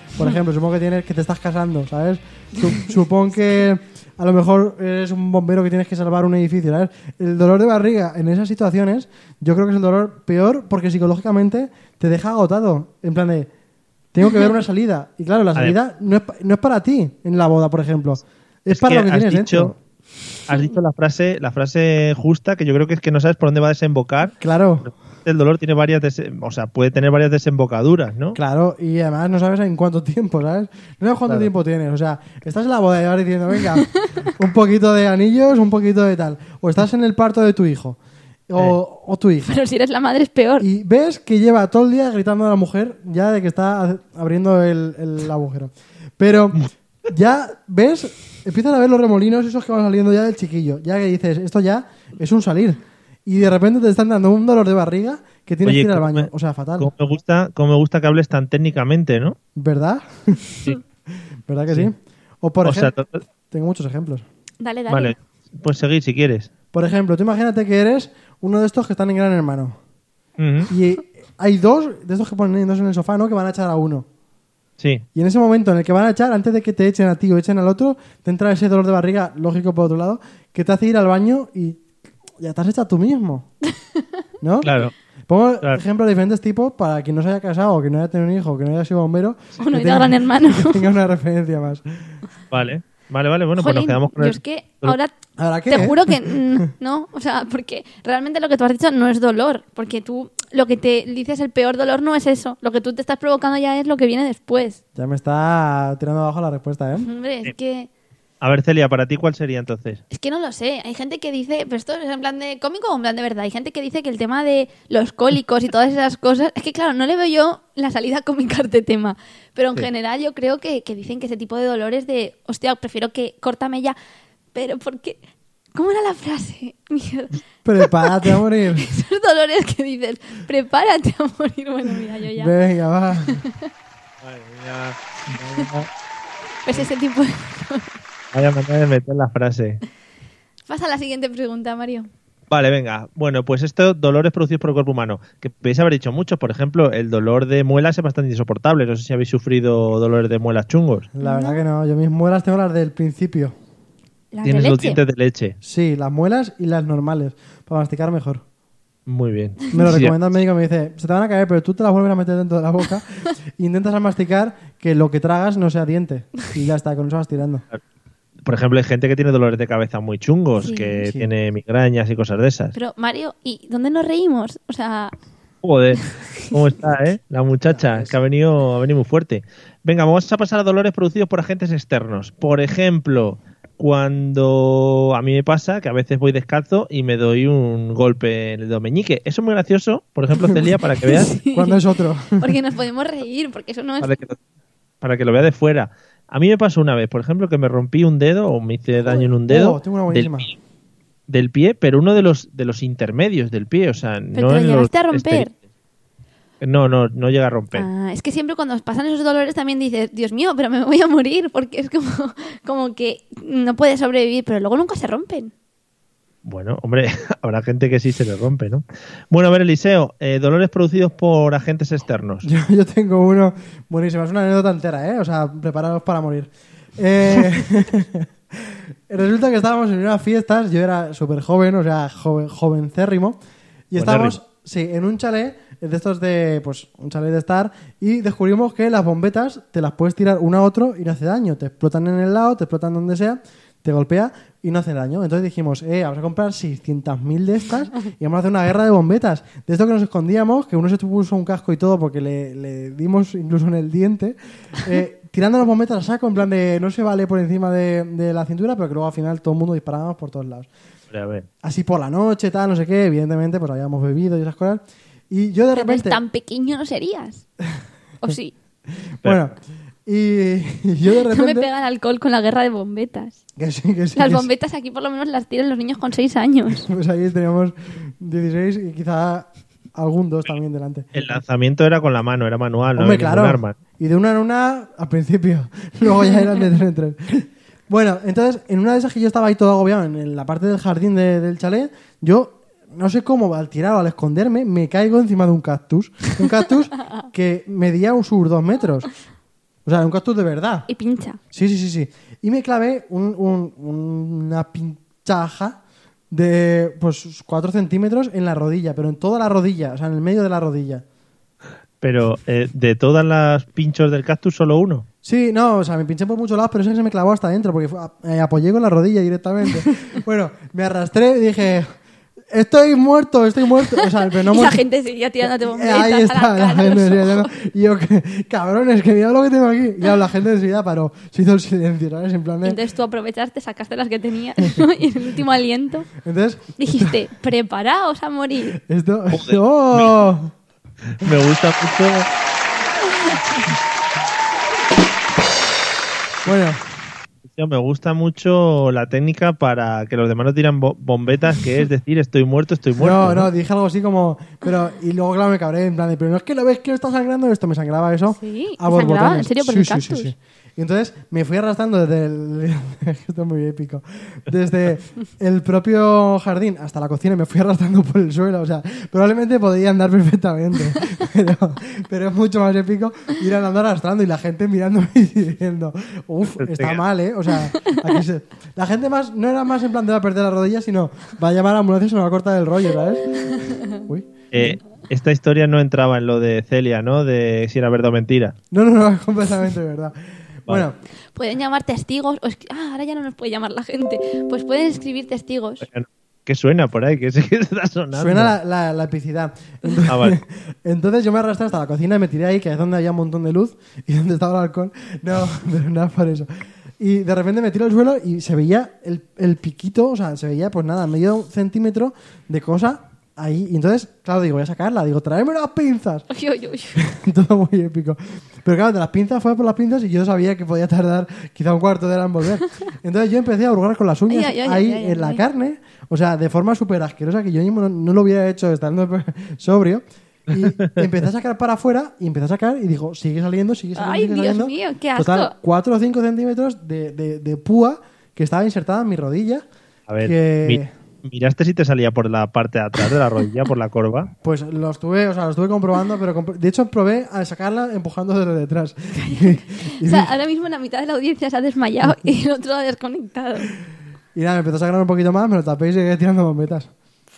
Por ejemplo, supongo que te estás casando, ¿sabes? Supongo que a lo mejor eres un bombero que tienes que salvar un edificio, ¿sabes? El dolor de barriga en esas situaciones yo creo que es el dolor peor porque psicológicamente te deja agotado. En plan de, tengo que ver una salida. Y claro, la salida no es para ti en la boda, por ejemplo. Es para lo que tienes dentro. Has dicho la frase justa, que yo creo que es que no sabes por dónde va a desembocar. Claro. El dolor tiene puede tener varias desembocaduras, ¿no? Claro, y además no sabes en cuánto tiempo, ¿sabes? No sabes cuánto tiempo tienes. O sea, estás en la boda y vas diciendo, venga, un poquito de anillos, un poquito de tal. O estás en el parto de tu hijo. O tu hija. Pero si eres la madre es peor. Y ves que lleva todo el día gritando a la mujer ya de que está abriendo el agujero. Pero ya ves, empiezan a ver los remolinos esos que van saliendo ya del chiquillo. Ya que dices, esto ya es un salir. Y de repente te están dando un dolor de barriga que tienes que ir al baño. O sea, fatal. Cómo me gusta que hables tan técnicamente, ¿no? ¿Verdad? Sí. ¿Verdad que sí? O por ejemplo, tengo muchos ejemplos. Dale. Vale, pues seguir si quieres. Por ejemplo, tú imagínate que eres uno de estos que están en Gran Hermano. Uh-huh. Y hay dos de estos que ponen dos en el sofá, ¿no? Que van a echar a uno. Sí. Y en ese momento en el que van a echar, antes de que te echen a ti o echen al otro, te entra ese dolor de barriga, lógico por otro lado, que te hace ir al baño y ya te has echado tú mismo. ¿No? Claro. Pongo ejemplos de diferentes tipos para quien no se haya casado, que no haya tenido un hijo, que no haya sido bombero. O no haya Gran Hermano. Que tenga una referencia más. Vale. Bueno, Jolín, pues nos quedamos con yo es que ahora ¿qué? te juro que no, o sea, porque realmente lo que tú has dicho no es dolor, porque tú lo que te dices el peor dolor no es eso, lo que tú te estás provocando ya es lo que viene después. Ya me está tirando abajo la respuesta, ¿eh? Hombre, es que A ver, Celia, ¿para ti cuál sería entonces? es que no lo sé, hay gente que dice, pero esto es en plan de cómico o en plan de verdad, hay gente que dice que el tema de los cólicos y todas esas cosas, es que claro, no le veo yo la salida cómica a este tema, pero en general yo creo que dicen que ese tipo de dolores de, hostia, prefiero que córtame ya, pero porque, ¿cómo era la frase? Mierda. Prepárate a morir. Esos dolores que dices, prepárate a morir, bueno, mira, yo ya. Venga, va. Pues ese tipo de... Vaya manera de meter la frase. Pasa a la siguiente pregunta, Mario. Vale, venga. Bueno, pues estos dolores producidos por el cuerpo humano, que podéis haber dicho muchos. Por ejemplo, el dolor de muelas es bastante insoportable. No sé si habéis sufrido dolores de muelas chungos. La verdad que no. Yo mis muelas tengo las del principio. ¿Las Tienes de los leche? dientes de leche. Sí, las muelas y las normales. Para masticar mejor. Muy bien. Me lo Sí, recomienda el médico, me dice, se te van a caer, pero tú te las vuelves a meter dentro de la boca e intentas al masticar que lo que tragas no sea diente. Y ya está, con eso vas tirando. Por ejemplo, hay gente que tiene dolores de cabeza muy chungos, Sí. que Sí. tiene migrañas y cosas de esas. Pero, Mario, ¿y dónde nos reímos? O sea, Joder, ¿cómo está, la muchacha? Que ha venido muy fuerte. Venga, vamos a pasar a dolores producidos por agentes externos. Por ejemplo, cuando a mí me pasa que a veces voy descalzo y me doy un golpe en el dedo meñique. Eso es muy gracioso, por ejemplo, Celia, para que veas, ¿Cuándo es otro? porque nos podemos reír, porque eso no es... para que lo vea de fuera. A mí me pasó una vez, por ejemplo, que me rompí un dedo o me hice daño en un dedo Oh, tengo una buenísima. del pie, pero uno de los intermedios del pie, o sea, Pero no te lo en los llegaste a romper. exteriores. No llega a romper. Ah, es que siempre cuando pasan esos dolores también dices, Dios mío, pero me voy a morir, porque es como que no puedes sobrevivir, pero luego nunca se rompen. Bueno, hombre, habrá gente que sí se le rompe, ¿no? Bueno, a ver, Eliseo, dolores producidos por agentes externos. Yo tengo uno buenísimo, es una anécdota entera, ¿eh? O sea, preparados para morir. Resulta que estábamos en unas fiestas, yo era súper joven, o sea, jovencérrimo, y estábamos, sí, en un chalet de estos de, pues, un chalet de estar, y descubrimos que las bombetas te las puedes tirar uno a otro y no hace daño, te explotan en el lado, te explotan donde sea, te golpea y no hace daño. Entonces dijimos, vamos a comprar 600.000 de estas y vamos a hacer una guerra de bombetas. De esto que nos escondíamos, que uno se puso un casco y todo porque le dimos incluso en el diente, tirando las bombetas a saco, en plan de no se vale por encima de la cintura, pero que luego al final todo el mundo disparábamos por todos lados. A ver. Así por la noche, tal, no sé qué, evidentemente, pues habíamos bebido y esas cosas. Y yo de Pero repente... tan pequeño no serías. ¿O sí? Bueno, y yo de repente... No me pega el alcohol con la guerra de bombetas. Que sí, que sí, Las que sí. bombetas aquí por lo menos las tiran los niños con 6 años. Pues ahí teníamos 16 y quizá algún 2 también delante. El lanzamiento era con la mano, era manual, no Hombre, había claro. ningún arma. Y de una en una al principio. Luego ya eran de 3 en 3. Bueno, entonces, en una de esas que yo estaba ahí todo agobiado en la parte del jardín del chalet, yo no sé cómo, al tirar o al esconderme, me caigo encima de un cactus. Un cactus que medía sus 2 metros. O sea, un cactus de verdad. Y pincha. Sí. Y me clavé una pinchaja de pues 4 centímetros en la rodilla, pero en toda la rodilla, o sea, en el medio de la rodilla. Pero de todas las pinchos del cactus, solo uno. Sí, no, o sea, me pinché por muchos lados, pero ese se me clavó hasta adentro porque apoyé con la rodilla directamente. Bueno, me arrastré y dije, estoy muerto. O sea, pero no Y la muerto. gente seguía tirándote bombetas Ahí a está, la la cara. gente decía, no. Y yo, cabrones, que mira lo que tengo aquí. Y claro, la gente enseguida paró, se hizo el silencio, ¿sabes? En plan Y de... entonces tú aprovechaste, sacaste las que tenías, ¿no? Y en el último aliento Entonces, dijiste, preparaos a morir. esto... ¡Oh! Me gusta mucho. Bueno, Me gusta mucho la técnica para que los demás no tiran bombetas, que es decir, estoy muerto. no, dije algo así como... Pero, y luego, claro, me cabré en plan de, pero no es que lo ves que está sangrando esto, me sangraba eso. Sí, a ¿sangraba? borbotones. ¿En serio? ¿Por el cactus? Sí. Y entonces me fui arrastrando desde el... Esto es muy épico. Desde el propio jardín hasta la cocina y me fui arrastrando por el suelo. O sea, probablemente podría andar perfectamente. Pero es mucho más épico ir andando arrastrando y la gente mirándome y diciendo, uff, está mal, ¿eh? O sea, la gente no era más en plan de va a perder la rodilla, sino va a llamar a la ambulancia y se nos va a cortar el rollo, ¿sabes? Uy. Esta historia no entraba en lo de Celia, ¿no? De si era verdad o mentira. No, es completamente verdad. Bueno, Pueden llamar testigos. Ahora ya no nos puede llamar la gente. Pues pueden escribir testigos. ¿Qué suena por ahí? ¿Qué está sonando? suena la epicidad. Entonces, Vale. entonces yo me arrastré hasta la cocina y me tiré ahí, que es donde había un montón de luz y donde estaba el alcohol. No, pero nada por eso. Y de repente me tiro al suelo y se veía el piquito, o sea, se veía pues nada, medio centímetro de cosa ahí. Y entonces, claro, digo, voy a sacarla. Digo, tráeme las pinzas. Uy. Todo muy épico. Pero claro, de las pinzas fue por las pinzas y yo sabía que podía tardar quizá un cuarto de hora en volver. Entonces yo empecé a hurgar con las uñas ahí en la carne, o sea, de forma súper asquerosa que yo mismo no lo hubiera hecho estando sobrio. Y empecé a sacar para afuera y empecé a sacar y digo, sigue saliendo. Ay, sigue Dios saliendo. mío, qué asco. Total, 4 o 5 centímetros de púa que estaba insertada en mi rodilla. A ver, que... ¿miraste si te salía por la parte de atrás de la rodilla, por la corva? Pues lo estuve comprobando, pero de hecho probé a sacarla empujando desde detrás. O sea, ahora mismo la mitad de la audiencia se ha desmayado y el otro ha desconectado. Y nada, me empezó a sangrar un poquito más, me lo tapé y seguí tirando bombetas.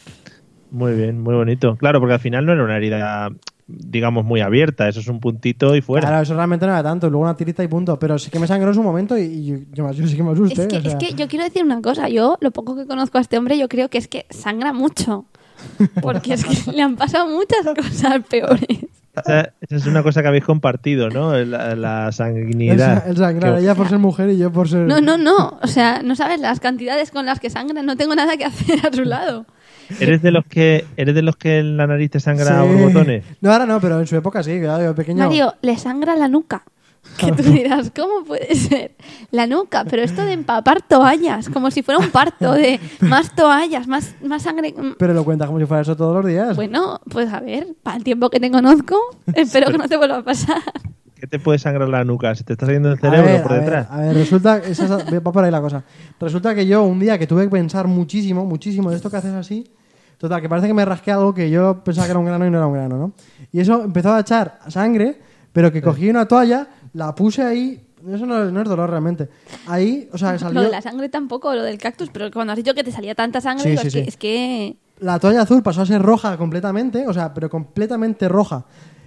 Muy bien, muy bonito. Claro, porque al final no era una herida, digamos, muy abierta. Eso es un puntito y fuera. Claro, eso realmente no era tanto. Luego una tirita y punto. Pero sí que me sangró en su momento y yo sí que me asusté. Es que yo quiero decir una cosa. Yo, lo poco que conozco a este hombre, yo creo que es que sangra mucho. Porque es que le han pasado muchas cosas peores. Esa es una cosa que habéis compartido, ¿no? La sanguinidad. El sangrar, ella por ser mujer y yo por ser... No. O sea, no sabes las cantidades con las que sangra. No tengo nada que hacer a su lado. ¿Eres de los que en la nariz te sangra Sí. borbotones? No, ahora no, pero en su época sí, claro, yo pequeño. Mario, le sangra la nuca. Que tú dirás, ¿cómo puede ser? La nuca, pero esto de empapar toallas, como si fuera un parto, de más toallas, más sangre. Pero lo cuenta como si fuera eso todos los días. Bueno, pues a ver, para el tiempo que te conozco, espero que no te vuelva a pasar. ¿Qué te puede sangrar la nuca? ¿Se te está saliendo el cerebro por detrás? A ver, resulta... va por ahí la cosa. Resulta que yo un día que tuve que pensar muchísimo de esto que haces así, total, que parece que me rasqué algo que yo pensaba que era un grano y no era un grano, ¿no? Y eso empezó a echar sangre, pero que cogí una toalla, la puse ahí... Eso no es dolor realmente. Ahí, o sea, salió... Lo de la sangre tampoco, lo del cactus, pero cuando has dicho que te salía tanta sangre, Sí, digo, sí, sí. es que... La toalla azul pasó a ser roja completamente, o sea, pero completamente roja.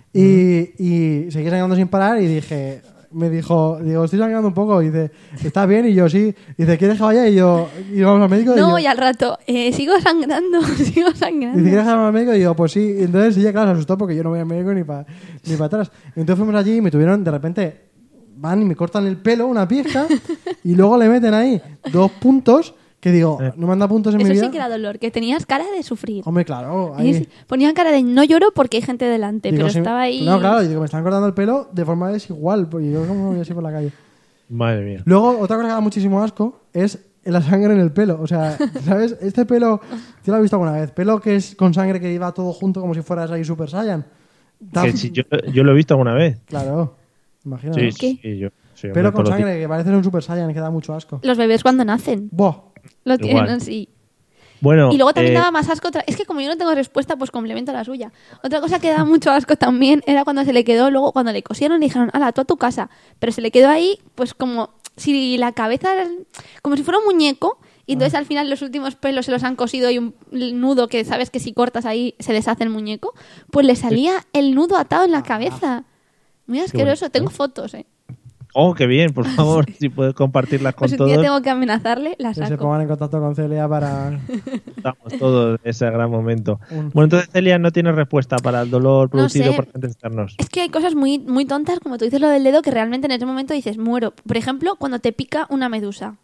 Y seguí sangrando sin parar y me dijo, estoy sangrando un poco. Y dice, ¿estás bien? Y yo, sí. Y dice, ¿quieres que vaya? Y yo, y vamos al médico. No, y y al rato, sigo sangrando, sigo dice, sangrando. ¿quieres que vaya al médico? Y yo, pues sí. Y entonces ella, claro, se asustó porque yo no voy al médico ni para atrás. Y entonces fuimos allí y me tuvieron, de repente, van y me cortan el pelo, una pizca, y luego le meten ahí 2 puntos, que digo, no me han dado puntos en mi Eso vida. sí que era dolor, que tenías cara de sufrir. Hombre, claro, ahí... Sí. Ponían cara de no lloro porque hay gente delante, Digo, pero sí, estaba ahí... No, claro, y digo, me están cortando el pelo de forma desigual, porque yo como voy así por la calle. Madre mía. Luego, otra cosa que da muchísimo asco es la sangre en el pelo. O sea, ¿sabes? Este pelo, ¿tú lo has visto alguna vez? Pelo que es con sangre que iba todo junto como si fueras ahí Super Saiyan. Que si yo lo he visto alguna vez. Claro, imagínate. Sí, ¿no? sí, yo. Sí, Pelo hombre, con por lo sangre que parece un Super Saiyan que da mucho asco. Los bebés cuando nacen Buah. lo Igual. tienen así. Bueno, Y luego también daba más asco. Es que como yo no tengo respuesta, pues complemento la suya. Otra cosa que daba mucho asco también era cuando se le quedó, luego cuando le cosieron, le dijeron, ala, tú a tu casa. Pero se le quedó ahí, pues como si la cabeza, como si fuera un muñeco. Y entonces al final los últimos pelos se los han cosido y un nudo que sabes que si cortas ahí se deshace el muñeco. Pues le salía el nudo atado en la cabeza. Muy asqueroso. Tengo fotos, Oh, qué bien, por favor, si puedes compartirlas con Pues un día todos. tengo que amenazarle, la Que se saco. pongan en contacto con Celia para... Estamos todos en ese gran momento. Bueno, entonces Celia no tiene respuesta para el dolor producido sé. por agentes externos. Es que hay cosas muy, muy tontas, como tú dices lo del dedo, que realmente en ese momento dices, muero. Por ejemplo, cuando te pica una medusa.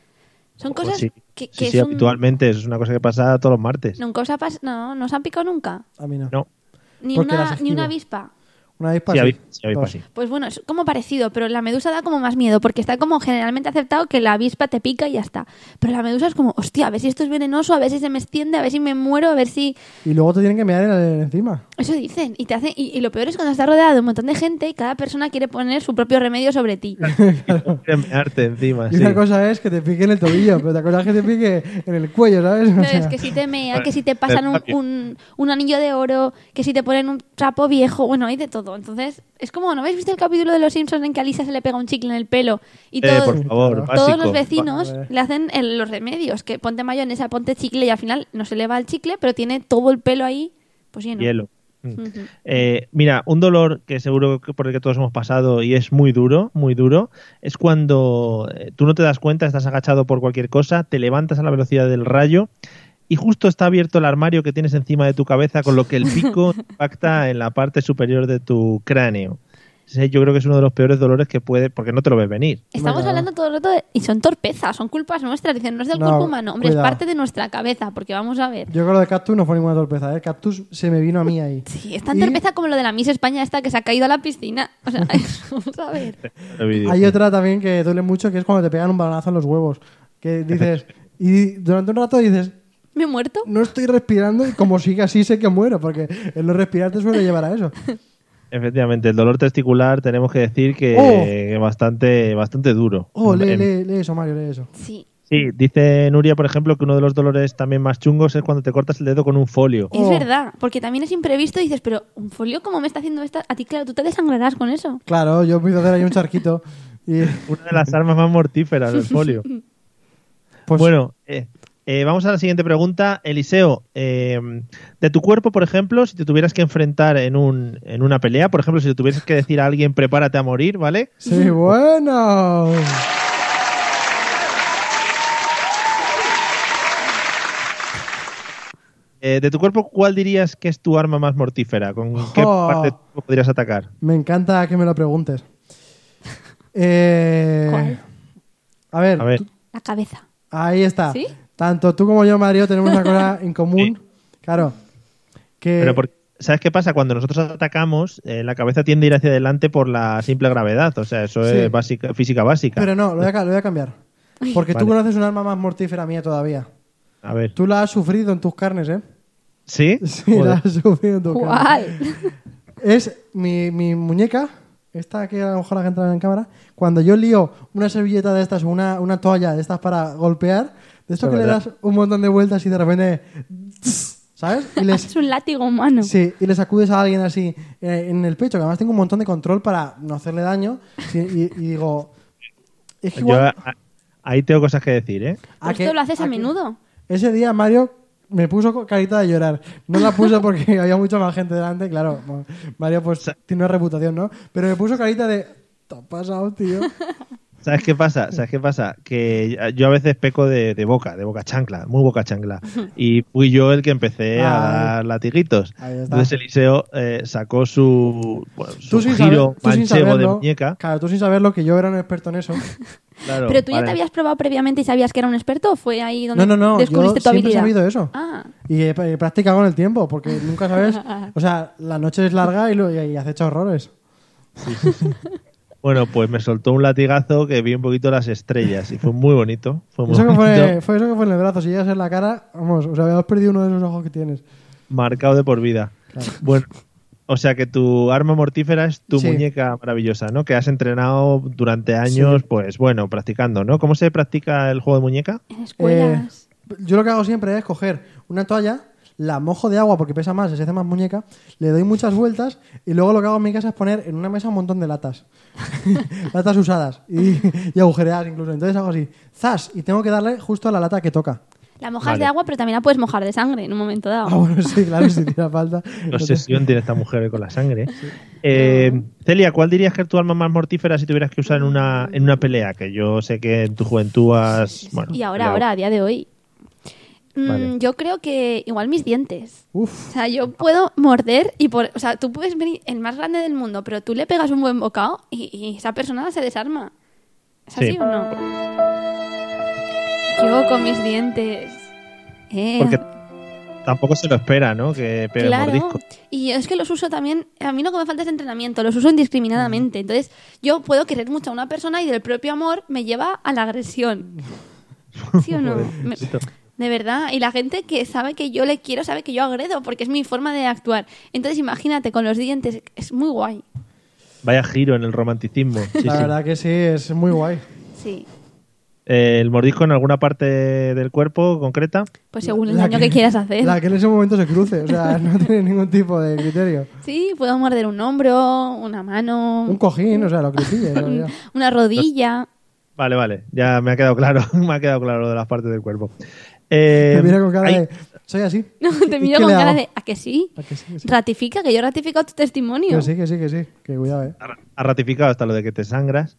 Son Pues cosas sí. que Sí, es sí, un... habitualmente. Eso es una cosa que pasa todos los martes. Nunca os ha no os han picado nunca. A mí no. No. Ni Porque una, las esquivo. ni una avispa. Una avispa Sí, sí. avispa Dos. sí. Pues bueno, es como parecido, pero la medusa da como más miedo, porque está como generalmente aceptado que la avispa te pica y ya está. Pero la medusa es como, hostia, a ver si esto es venenoso, a ver si se me extiende, a ver si me muero, a ver si... Y luego te tienen que mirar encima. Eso dicen. Y te hacen y lo peor es cuando estás rodeado de un montón de gente y cada persona quiere poner su propio remedio sobre ti. Quieres mearte encima, Y sí. una cosa es que te pique en el tobillo, pero otra cosa es que te pique en el cuello, ¿sabes? O Entonces, sea, que si te mea, que si te pasan un anillo de oro, que si te ponen un trapo viejo, bueno, hay de todo. Entonces, es como, ¿no habéis visto el capítulo de Los Simpsons en que a Lisa se le pega un chicle en el pelo? Y Por favor, todos básico. los vecinos Vale. le hacen los remedios, que ponte mayonesa, ponte chicle y al final no se le va el chicle, pero tiene todo el pelo ahí, pues lleno. Hielo. Ujú. Mira, un dolor que seguro que por el que todos hemos pasado y es muy duro, es cuando tú no te das cuenta, estás agachado por cualquier cosa, te levantas a la velocidad del rayo y justo está abierto el armario que tienes encima de tu cabeza, con lo que el pico impacta en la parte superior de tu cráneo. Sí, yo creo que es uno de los peores dolores que puede, porque no te lo ves venir. Estamos Bueno. hablando todo el rato y son torpezas, son culpas nuestras. Dicen, no es del No, cuerpo humano, hombre, cuidado. es parte de nuestra cabeza, porque vamos a ver. yo con lo de Cactus no fue ninguna torpeza, ¿eh? Cactus se me vino a mí ahí. Sí, es tan Y torpeza como lo de la Miss España esta que se ha caído a la piscina. O sea, vamos a ver. Hay otra también que duele mucho, que es cuando te pegan un balonazo en los huevos. Que dices... Y durante un rato dices... ¿Me he muerto? No estoy respirando y como siga así sé que muero, porque el no respirar te suele llevar a eso. Efectivamente, el dolor testicular tenemos que decir que bastante duro. Oh, lee eso, Mario, lee eso. Sí. Sí, dice Nuria, por ejemplo, que uno de los dolores también más chungos es cuando te cortas el dedo con un folio. Es verdad, porque también es imprevisto y dices, pero un folio, ¿cómo me está haciendo esta? A ti, claro, tú te desangrarás con eso. Claro, yo empiezo a hacer ahí un charquito y... Una de las armas más mortíferas, el folio. Pues, Bueno, vamos a la siguiente pregunta. Eliseo, de tu cuerpo, por ejemplo, si te tuvieras que enfrentar en una pelea, por ejemplo, si te tuvieras que decir a alguien prepárate a morir, ¿vale? sí, bueno. De tu cuerpo, ¿cuál dirías que es tu arma más mortífera? ¿Con qué Oh. parte de tu cuerpo podrías atacar? Me encanta que me lo preguntes. ¿Cuál? A ver, A ver. La cabeza. ahí está. ¿Sí? Tanto tú como yo, Mario, tenemos una cosa en común. Claro. Que... Pero ¿sabes qué pasa? Cuando nosotros atacamos, la cabeza tiende a ir hacia adelante por la simple gravedad. O sea, eso Sí. es física básica. Pero no, lo voy a cambiar. Porque tú Vale. conoces un arma más mortífera mía todavía. A ver. Tú la has sufrido en tus carnes, ¿eh? ¿Sí? Sí, Joder. la has sufrido en tus carnes. ¿Cuál? Es mi muñeca, esta que a lo mejor la gente la ve en cámara, cuando yo lío una servilleta de estas o una toalla de estas para golpear, de esto Eso que es le verdad. das un montón de vueltas y de repente... ¿Sabes? Y les, Es un látigo humano. sí, y le sacudes a alguien así en el pecho, que además tengo un montón de control para no hacerle daño. Sí, y digo... Es que Yo, igual, ahí tengo cosas que decir, ¿eh? ¿a Esto qué- lo haces a qué? menudo. Ese día Mario me puso carita de llorar. No la puso porque había mucha más gente delante, claro. Bueno, Mario pues tiene una reputación, ¿no? Pero me puso carita de... ¿Te ha pasado, tío? ¿Sabes qué pasa? Que yo a veces peco de boca chancla, muy boca chancla. Y fui yo el que empecé a dar latiguitos. Ahí está. Entonces Eliseo sacó su Tú sin giro saber- tú sin manchego de saberlo, muñeca. Claro, tú sin saberlo, que yo era un experto en eso. Claro, ¿Pero tú ya vale. te habías probado previamente y sabías que era un experto o fue ahí donde No, descubriste yo tu siempre he habilidad? sabido eso. Ah, Y he practicado con el tiempo, porque nunca sabes... O sea, la noche es larga y has hecho horrores. Bueno, pues me soltó un latigazo que vi un poquito las estrellas y fue muy bonito. Fue muy Eso que bonito, fue eso que fue en el brazo. Si llegas en la cara, vamos, o sea, habías perdido uno de esos ojos que tienes. marcado de por vida. Bueno, o sea que tu arma mortífera es tu Sí. muñeca maravillosa, ¿no? Que has entrenado durante años, Sí. pues bueno, practicando, ¿no? ¿Cómo se practica el juego de muñeca? en escuelas. Yo lo que hago siempre es coger una toalla, la mojo de agua porque pesa más, se hace más muñeca, le doy muchas vueltas y luego lo que hago en mi casa es poner en una mesa un montón de latas. Latas usadas y agujereadas incluso. Entonces hago así, ¡zas! Y tengo que darle justo a la lata que toca. La mojas de agua, pero también la puedes mojar de sangre en un momento dado. Ah, bueno, sí, claro, si tira falta. Qué obsesión tiene esta mujer con la sangre. Celia, ¿cuál dirías que es tu arma más mortífera si tuvieras que usar en una pelea? Que yo sé que en tu juventud has... Bueno, Y ahora, a día de hoy. Vale. Yo creo que igual mis dientes. Uf. O sea, yo puedo morder o sea, tú puedes venir el más grande del mundo, pero tú le pegas un buen bocado y esa persona se desarma. ¿Es así Sí. o no? Yo con mis dientes. Porque tampoco se lo espera, ¿no? Que pegue Claro, mordisco. y es que los uso también, a mí lo que me falta es entrenamiento, los uso indiscriminadamente. Entonces, yo puedo querer mucho a una persona y del propio amor me lleva a la agresión. ¿Sí o no? De verdad, y la gente que sabe que yo le quiero sabe que yo agredo, porque es mi forma de actuar. Entonces, imagínate, con los dientes, es muy guay. Vaya giro en el romanticismo. Sí, La sí. verdad que sí, es muy guay. Sí, ¿El mordisco en alguna parte del cuerpo concreta? pues según el La daño que quieras hacer. La que en ese momento se cruce, o sea, no tiene ningún tipo de criterio. Sí, puedo morder un hombro, una mano, Un cojín, o sea, lo que pille. ¿no? una rodilla. Vale, ya me ha quedado claro. Me ha quedado claro lo de las partes del cuerpo. Me mira con cara hay- de, soy así. No, te ¿Y miro qué con le cara hago? de, ¿a que sí? ¿A que sí, que sí? Ratifica que yo he ratificado tu testimonio. Que sí. Que cuidado, Ha ratificado hasta lo de que te sangras.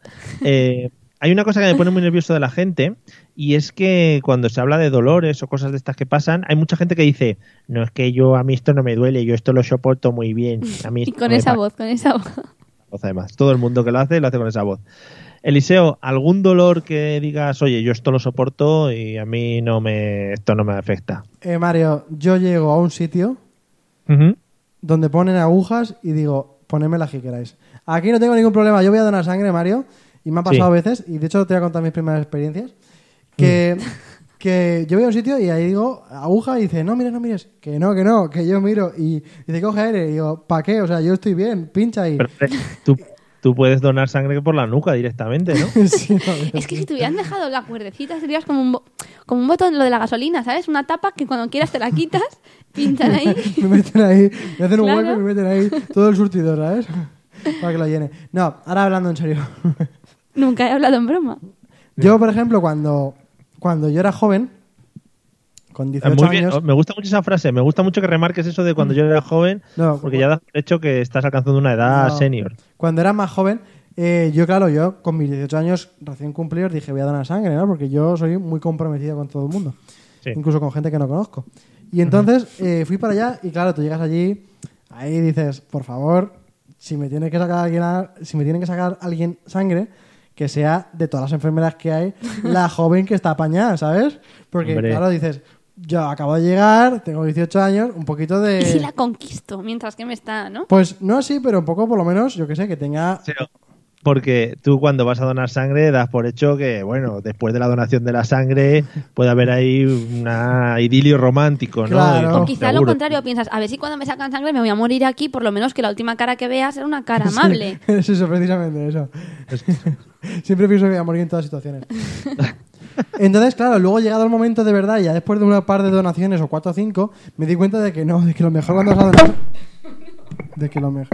Hay una cosa que me pone muy nervioso de la gente y es que cuando se habla de dolores o cosas de estas que pasan, hay mucha gente que dice, no, es que a mí esto no me duele, yo esto lo soporto muy bien. A mí Y esto con no me esa pasa". voz, con esa voz. Además, todo el mundo que lo hace con esa voz. Eliseo, ¿algún dolor que digas, oye, yo esto lo soporto y a mí esto no me afecta? Mario, yo llego a un sitio Ujú. donde ponen agujas y digo, ponedme las que queráis. Aquí no tengo ningún problema, yo voy a donar sangre, Mario, y me ha pasado Sí. a veces, y de hecho te voy a contar mis primeras experiencias, que yo voy a un sitio y ahí digo, aguja, y dice, no mires, que no, que yo miro, y dice, coge aire, y digo, ¿para qué? O sea, yo estoy bien, pincha ahí. Pero, tú puedes donar sangre por la nuca directamente, ¿no? Sí, no, Es que si te hubieran dejado la cuerdecita serías como como un botón, lo de la gasolina, ¿sabes? Una tapa que cuando quieras te la quitas, pinchan ahí. me meten ahí, me hacen un Claro. hueco y me meten ahí todo el surtidor, ¿sabes? Para que lo llene. No, ahora hablando en serio. Nunca he hablado en broma. Yo, por ejemplo, cuando yo era joven, con 18 Muy bien, años... me gusta mucho esa frase, me gusta mucho que remarques eso de cuando yo era joven, No, porque ya das por hecho que estás alcanzando una edad No. senior. Cuando era más joven, yo con mis 18 años recién cumplidos dije, voy a donar sangre, ¿no? Porque yo soy muy comprometido con todo el mundo. Sí. Incluso con gente que no conozco. Y entonces fui para allá y claro, tú llegas allí, ahí dices, por favor, si me tiene que sacar alguien sangre, que sea de todas las enfermeras que hay, la joven que está apañada, ¿sabes? Porque Hombre. claro, dices, yo acabo de llegar, tengo 18 años, un poquito de... Y si la conquisto mientras que me está, ¿no? Pues no así, pero un poco por lo menos, yo que sé, que tenga... Pero, porque tú cuando vas a donar sangre das por hecho que, bueno, después de la donación de la sangre puede haber ahí un idilio romántico, ¿no? Claro. Y O quizá lo seguro. contrario, piensas, a ver si cuando me sacan sangre me voy a morir aquí, por lo menos que la última cara que veas sea una cara amable. Sí, es eso, precisamente eso. Siempre pienso que voy a morir en todas situaciones. Entonces, claro, luego llegado el momento de verdad, ya después de una par de donaciones o 4 o 5, me di cuenta de que no, de que lo mejor cuando vas a donar... De que lo mejor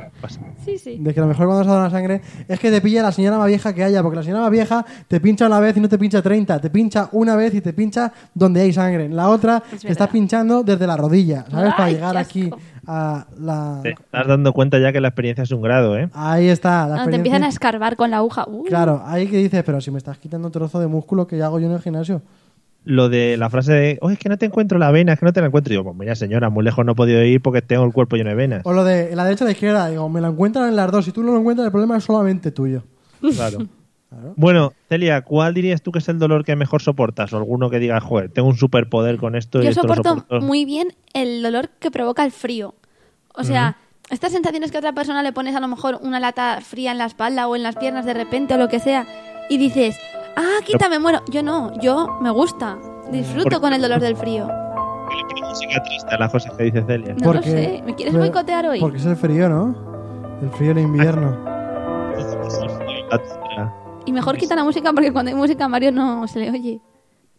cuando vas a donar sangre es que te pilla la señora más vieja que haya, porque la señora más vieja te pincha una vez y no te pincha 30, te pincha una vez y te pincha donde hay sangre. La otra Es te está verdad. pinchando desde la rodilla, ¿sabes? Para Ay, llegar qué aquí asco. a la... Te estás dando cuenta ya que la experiencia es un grado, ¿eh? Ahí está, la Cuando te experiencia. empiezan a escarbar con la aguja. Claro, ahí que dices, pero si me estás quitando un trozo de músculo que ya hago yo en el gimnasio. Lo de la frase de, oye, es que no te encuentro la vena, es que no te la encuentro. Y digo, pues mira, señora, muy lejos no he podido ir porque tengo el cuerpo lleno de venas. O lo de en la derecha o la izquierda, digo, me la encuentran en las dos. Si tú no lo encuentras, el problema es solamente tuyo. Claro. Bueno, Celia, ¿cuál dirías tú que es el dolor que mejor soportas? O alguno que digas, joder, tengo un superpoder con esto y Yo esto lo soporto soporto. muy bien el dolor que provoca el frío. O sea, estas sensaciones que a otra persona le pones a lo mejor una lata fría en la espalda o en las piernas de repente o lo que sea y dices, quítame, muero. Yo no, yo me gusta. Disfruto con el dolor del frío. Música triste, las cosas que dice Celia. No lo sé. ¿Me quieres boicotear hoy? Porque es el frío, ¿no? El frío del invierno. Y mejor quita la música porque cuando hay música a Mario no se le oye.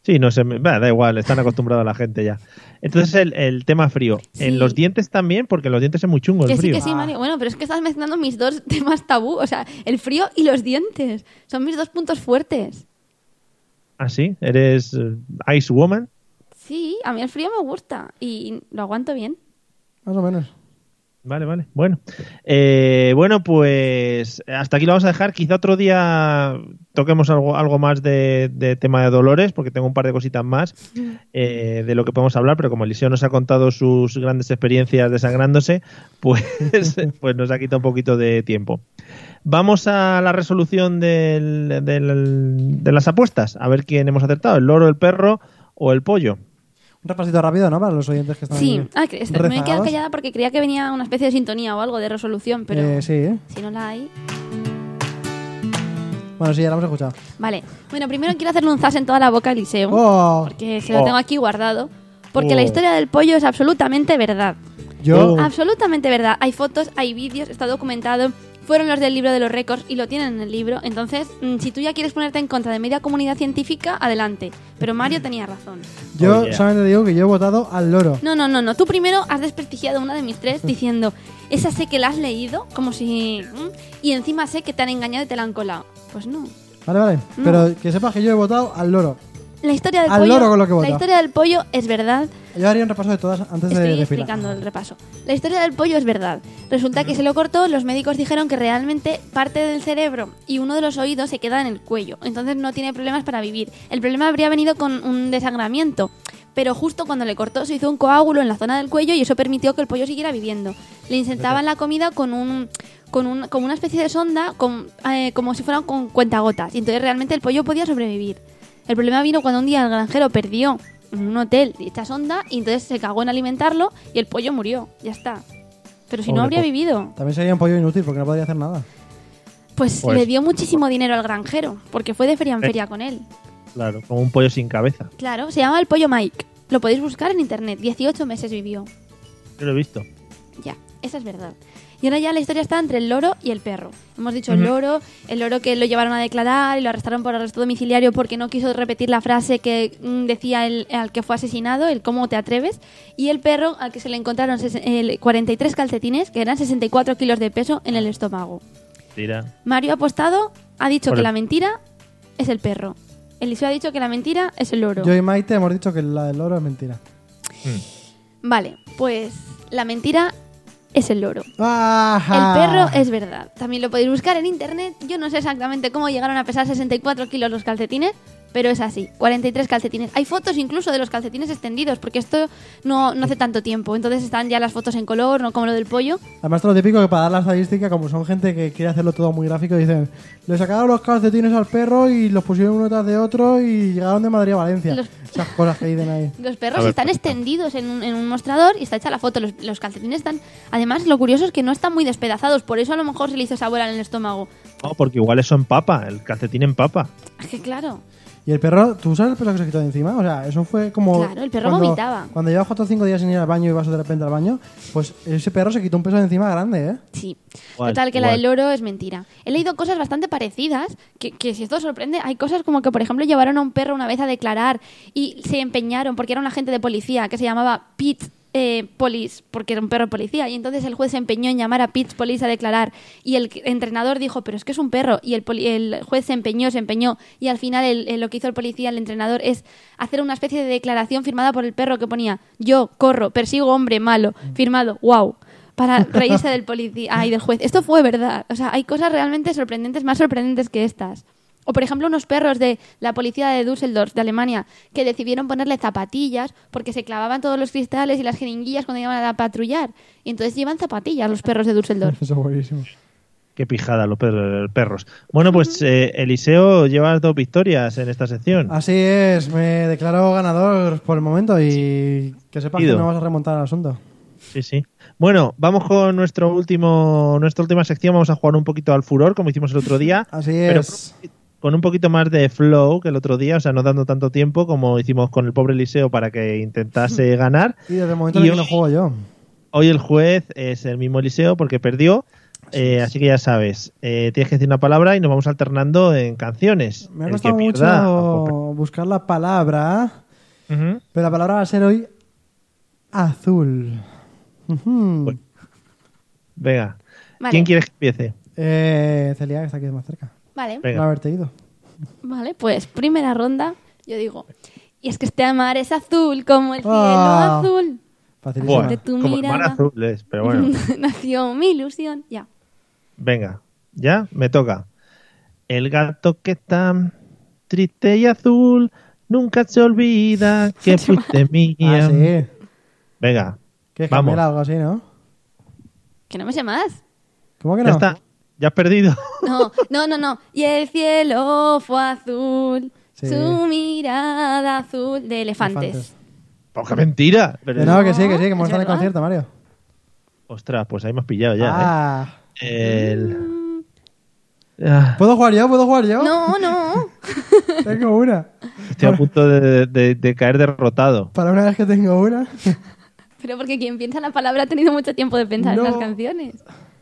Sí, no sé, da igual, están acostumbrados la gente ya. Entonces el tema frío. Sí. En los dientes también, porque en los dientes es muy chungo el Que sí, frío. que sí, Mario. Bueno, pero es que estás mezclando mis dos temas tabú. O sea, el frío y los dientes. Son mis dos puntos fuertes. ¿Ah, sí? ¿Eres Ice Woman? Sí, a mí el frío me gusta y lo aguanto bien. Más o menos. Vale. Bueno. Bueno, pues hasta aquí lo vamos a dejar. Quizá otro día toquemos algo más de tema de dolores, porque tengo un par de cositas más de lo que podemos hablar, pero como Eliseo nos ha contado sus grandes experiencias desangrándose, pues nos ha quitado un poquito de tiempo. Vamos a la resolución de las apuestas, a ver quién hemos acertado, el loro, el perro o el pollo. Un repasito rápido, ¿no? Para los oyentes que están Sí, ahí me he quedado rezagados. callada porque creía que venía una especie de sintonía o algo de resolución, pero Sí. si no la hay... Bueno, sí, ya lo hemos escuchado. Vale, bueno, primero quiero hacerle un zas en toda la boca a Eliseo, ¡Oh! porque se lo tengo aquí guardado, porque la historia del pollo es absolutamente verdad. Yo... Absolutamente verdad. Hay fotos, hay vídeos, está documentado. Fueron los del libro de los récords y lo tienen en el libro. Entonces, si tú ya quieres ponerte en contra de media comunidad científica, adelante. Pero Mario tenía razón. Yo Oh, yeah. solamente digo que yo he votado al loro. No. Tú primero has desprestigiado una de mis tres diciendo, esa sé que la has leído, como si... y encima sé que te han engañado y te la han colado. Pues no. Vale. No. Pero que sepas que yo he votado al loro. La historia del Al pollo, loro con lo que he la votado. historia del pollo es verdad. Yo haría un repaso de todas antes de Estoy desfilar. explicando el repaso. La historia del pollo es verdad. Resulta que se lo cortó, los médicos dijeron que realmente parte del cerebro y uno de los oídos se queda en el cuello. Entonces no tiene problemas para vivir. El problema habría venido con un desangramiento. Pero justo cuando le cortó se hizo un coágulo en la zona del cuello y eso permitió que el pollo siguiera viviendo. Le insertaban la comida como una especie de sonda, como si fuera con cuentagotas. Y entonces realmente el pollo podía sobrevivir. El problema vino cuando un día el granjero perdió en un hotel dicha sonda y entonces se cagó en alimentarlo y el pollo murió. Ya está. Pero si no Pobre habría pollo. vivido. También sería un pollo inútil porque no podría hacer nada. Pues le dio muchísimo dinero al granjero porque fue de feria en feria con él. Claro, como un pollo sin cabeza. Claro, se llama el pollo Mike. Lo podéis buscar en internet. 18 meses vivió. Yo lo he visto. Ya, esa es verdad. Y ahora ya la historia está entre el loro y el perro. Hemos dicho el loro que lo llevaron a declarar y lo arrestaron por arresto domiciliario porque no quiso repetir la frase que decía al que fue asesinado, el cómo te atreves. Y el perro al que se le encontraron 43 calcetines, que eran 64 kilos de peso en el estómago. Tira. Mario ha apostado, ha dicho Por que el- la mentira es el perro. Eliseo ha dicho que la mentira es el loro. Yo y Maite hemos dicho que la del loro es mentira. Vale, pues la mentira es el loro. ¡Ajá! El perro es verdad. También lo podéis buscar en internet. Yo no sé exactamente cómo llegaron a pesar 64 kilos los calcetines, pero es así. 43 calcetines. Hay fotos incluso de los calcetines extendidos, porque esto no hace tanto tiempo. Entonces están ya las fotos en color, no como lo del pollo. Además, lo típico que para dar la estadística, como son gente que quiere hacerlo todo muy gráfico, dicen: le sacaron los calcetines al perro y los pusieron uno tras de otro y llegaron de Madrid a Valencia. Los- Esas cosas que dicen ahí. Los A perros ver, están pues, extendidos en un mostrador y está hecha la foto. Los calcetines están... Además, lo curioso es que no están muy despedazados. Por eso a lo mejor se le hizo sabor en el estómago. No, porque igual eso empapa, el calcetín empapa. Es que claro... Y el perro, ¿tú sabes el peso que se quitó de encima? O sea, eso fue como... Claro, el perro vomitaba. Cuando llevas 4 o 5 días sin ir al baño y vas de repente al baño, pues ese perro se quitó un peso de encima grande, ¿eh? Sí. Igual, Total, que la igual. del loro es mentira. He leído cosas bastante parecidas, que si esto os sorprende, hay cosas como que, por ejemplo, llevaron a un perro una vez a declarar y se empeñaron, porque era un agente de policía que se llamaba Pete Police, porque era un perro policía, y entonces el juez se empeñó en llamar a Pete Police a declarar, y el entrenador dijo, pero es que es un perro, y el juez se empeñó, y al final lo que hizo el policía, el entrenador, es hacer una especie de declaración firmada por el perro que ponía, yo corro, persigo hombre malo, firmado, wow, para reírse del policía y del juez. Esto fue verdad. O sea, hay cosas realmente sorprendentes, más sorprendentes que estas. O, por ejemplo, unos perros de la policía de Düsseldorf, de Alemania, que decidieron ponerle zapatillas porque se clavaban todos los cristales y las jeringuillas cuando iban a patrullar. Y entonces llevan zapatillas los perros de Düsseldorf. Eso es buenísimo. Qué pijada los perros. Bueno, pues Eliseo, llevas 2 victorias en esta sección. Así es, me declaro ganador por el momento y que sepas que Ido. no vas a remontar al asunto. Sí, sí. Bueno, vamos con nuestra última sección. Vamos a jugar un poquito al furor, como hicimos el otro día. Así pero es. con un poquito más de flow que el otro día, o sea, no dando tanto tiempo como hicimos con el pobre Eliseo para que intentase ganar. Y desde el momento Y en el que hoy- lo juego yo. Hoy el juez es el mismo Eliseo porque perdió. así que ya sabes, tienes que decir una palabra y nos vamos alternando en canciones. Me ha El costado que mucho pierda, buscar la palabra, Ujú. pero la palabra va a ser hoy azul. Ujú. Bueno. Venga, Vale. ¿quién quieres que empiece? Celia, que está aquí más cerca. Vale. Venga. No haberte ido. Vale, pues primera ronda, yo digo, y es que este mar es azul como el cielo Ah. azul. Facilísima. Buah, de tu como el mar mirada. azul es, pero bueno. Nació mi ilusión. Ya. Venga, ya me toca. El gato que está triste y azul nunca se olvida que fuiste mía. Ah, sí. Venga, Que es vamos. Camila, algo así, ¿no? Que no me sé más. ¿Cómo que no? Ya está, ya has perdido. No. Y el cielo fue azul, Sí. su mirada azul de elefantes. Elefantes. ¡Oh, qué mentira! Pero- Que no, que sí, que es hemos estado en el verdad. concierto, Mario. Ostras, pues ahí me has pillado ya. Ah. El... Ah, ¿Puedo jugar yo? No. Tengo una. estoy a punto de caer derrotado. Para una vez que tengo una. Pero porque quien piensa en la palabra ha tenido mucho tiempo de pensar No. en las canciones.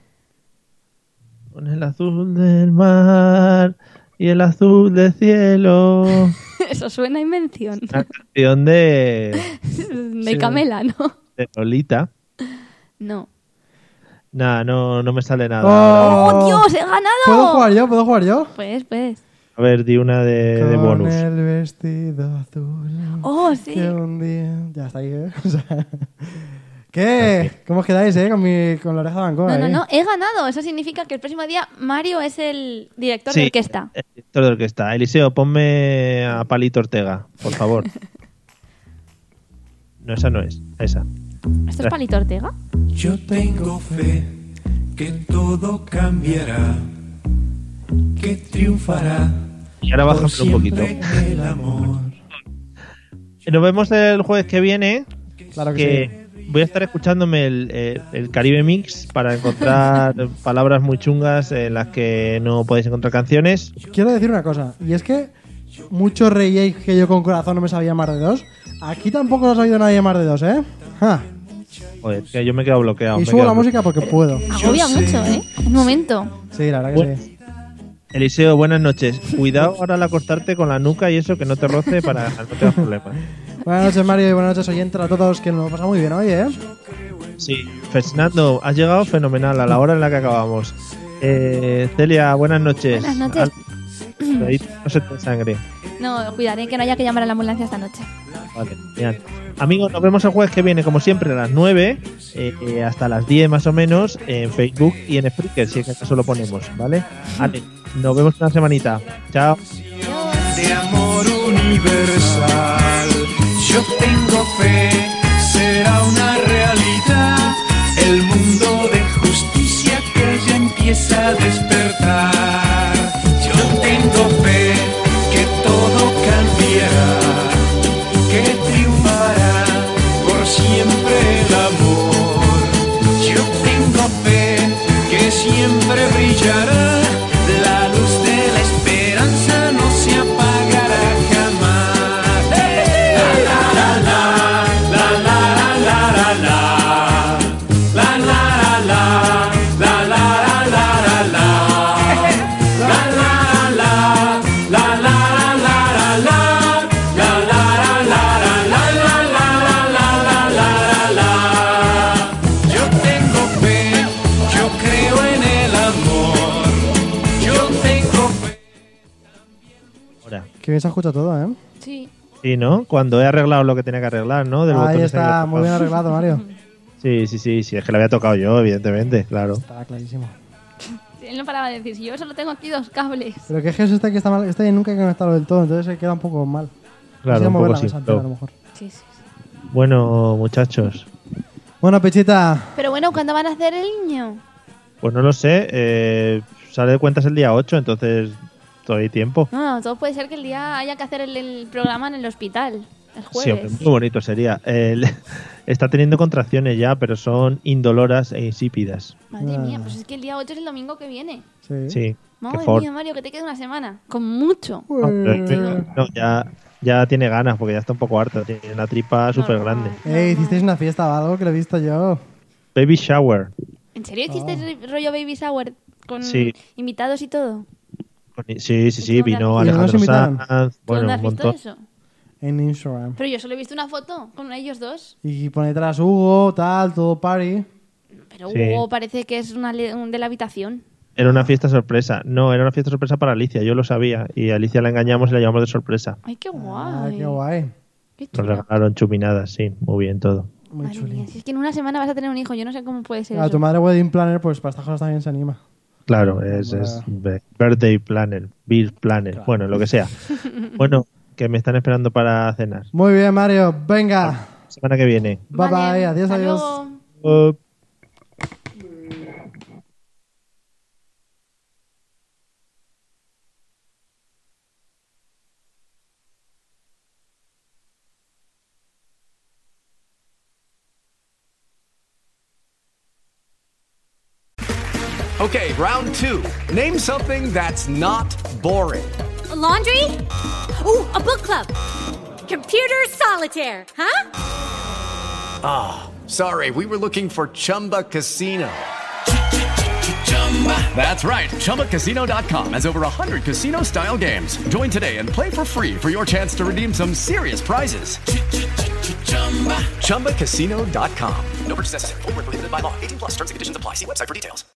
Con el azul del mar y el azul del cielo. Eso suena a invención. Una canción de De Camela, ¿no? Lolita. No. Nah, no me sale nada. ¡Oh, Dios! ¡He ganado! ¿Puedo jugar yo? Pues. A ver, di una de Con bonus. el vestido azul. Oh, sí. Que un día... Ya está ahí, ¿eh? O sea, ¿qué? ¿Cómo os quedáis, con la oreja de Van Gogh, No. He ganado. Eso significa que el próximo día Mario es el director de orquesta. el director de orquesta. Eliseo, ponme a Palito Ortega, por favor. No, esa no es. Esa. ¿Esto es Palito Ortega? Yo tengo fe que todo cambiará, que triunfará Y ahora por bájame un poquito. siempre el amor. Nos vemos el jueves que viene. Claro que Que voy a estar escuchándome el Caribe Mix para encontrar palabras muy chungas en las que no podéis encontrar canciones. sí. Quiero decir una cosa. Y es que muchos reíais que yo con corazón no me sabía más de dos. Aquí tampoco lo ha sabido nadie más de dos, ¿eh? Ja. Joder, que yo me he quedado bloqueado. Y me he subo quedado la música porque puedo. Agobia mucho, ¿eh? Un momento. Sí, la verdad que Bueno. sí. Eliseo, buenas noches. Cuidado ahora al acostarte con la nuca y eso, que no te roce para no tengas problemas. Buenas noches, Mario, y buenas noches, oyentes a todos, que nos lo pasa muy bien hoy, ¿eh? Sí, Fernando, has llegado fenomenal a la hora en la que acabamos. Celia, buenas noches. Buenas noches. Ahí no se te sangre. No, cuidaré que no haya que llamar a la ambulancia esta noche. Vale, genial. Amigos, nos vemos el jueves que viene, como siempre, a las 9, hasta las 10 más o menos, en Facebook y en Spreaker, si es que acaso lo ponemos, ¿vale? Vale, nos vemos una semanita. Chao. De amor universal, yo tengo fe, será una realidad, el mundo de justicia que ya empieza a despertar. Yo tengo fe que todo cambiará, que triunfará por siempre el amor. Yo tengo fe que siempre brillará, la luz de la esperanza no se apagará jamás. La la la la la la la la la la la la la la la la yo tengo fe, yo creo en el amor, yo tengo fe. Ahora. Que bien se escucha todo, ¿eh? Sí. Sí, ¿no? Cuando he arreglado lo que tenía que arreglar, ¿no? Del Ahí botón ese está, que muy bien he tocado. arreglado, Mario. Sí, es que lo había tocado yo, evidentemente, claro. Está clarísimo. Él no paraba de decir, si yo solo tengo aquí 2 cables. Pero que es que eso está que está mal, este nunca hay que conectarlo del todo, entonces se queda un poco mal. Claro, Así un mover poco la sin mesa entera, a flow. lo mejor. Sí. Bueno, muchachos, Bueno, Pechita, Pero bueno, ¿cuándo van a hacer el niño? pues no lo sé, sale de cuentas el día 8, entonces todavía hay tiempo. No, todo puede ser que el día haya que hacer el programa en el hospital. El Sí, hombre, jueves. muy bonito sería. Está teniendo contracciones ya, pero son indoloras e insípidas. Madre mía, pues es que el día 8 es el domingo que viene. sí. Sí, qué Madre fort. mía, Mario, que te queda una semana. Con mucho. No, ya tiene ganas porque ya está un poco harta. Tiene una tripa súper grande. Hicisteis una fiesta o algo que lo he visto yo. Baby shower. ¿En serio hiciste rollo baby shower con Sí. invitados y todo? Sí, ¿Y vino dónde Alejandro nos invitaron? Sanz, ¿Tú bueno, dónde un has visto montón. eso? En Instagram. Pero yo solo he visto una foto con ellos dos. Y pone detrás Hugo, tal, todo party. Pero Sí. Hugo parece que es un de la habitación. Era una fiesta sorpresa. No, era una fiesta sorpresa para Alicia, yo lo sabía. Y a Alicia la engañamos y la llevamos de sorpresa. Ay, qué guay. Ah, qué guay. Qué Nos chulo. regalaron chuminadas, sí, muy bien todo. Muy Madre chuli. mía, si es que en una semana vas a tener un hijo, yo no sé cómo puede ser A eso. tu madre wedding planner, pues para estas cosas también se anima. Claro, es birthday planner, beer planner, bueno, lo que sea. Bueno, que me están esperando para cenar. Muy bien, Mario. Venga. Semana que viene. Bye Vale, bye. Adiós, hasta adiós. luego. Oh. Okay, round two. Name something that's not boring. A laundry? Ooh, a book club. Computer solitaire, huh? Sorry, we were looking for Chumba Casino. That's right. ChumbaCasino.com has over 100 casino-style games. Join today and play for free for your chance to redeem some serious prizes. ChumbaCasino.com. No purchase necessary. Void where prohibited by law. 18+ terms and conditions apply. See website for details.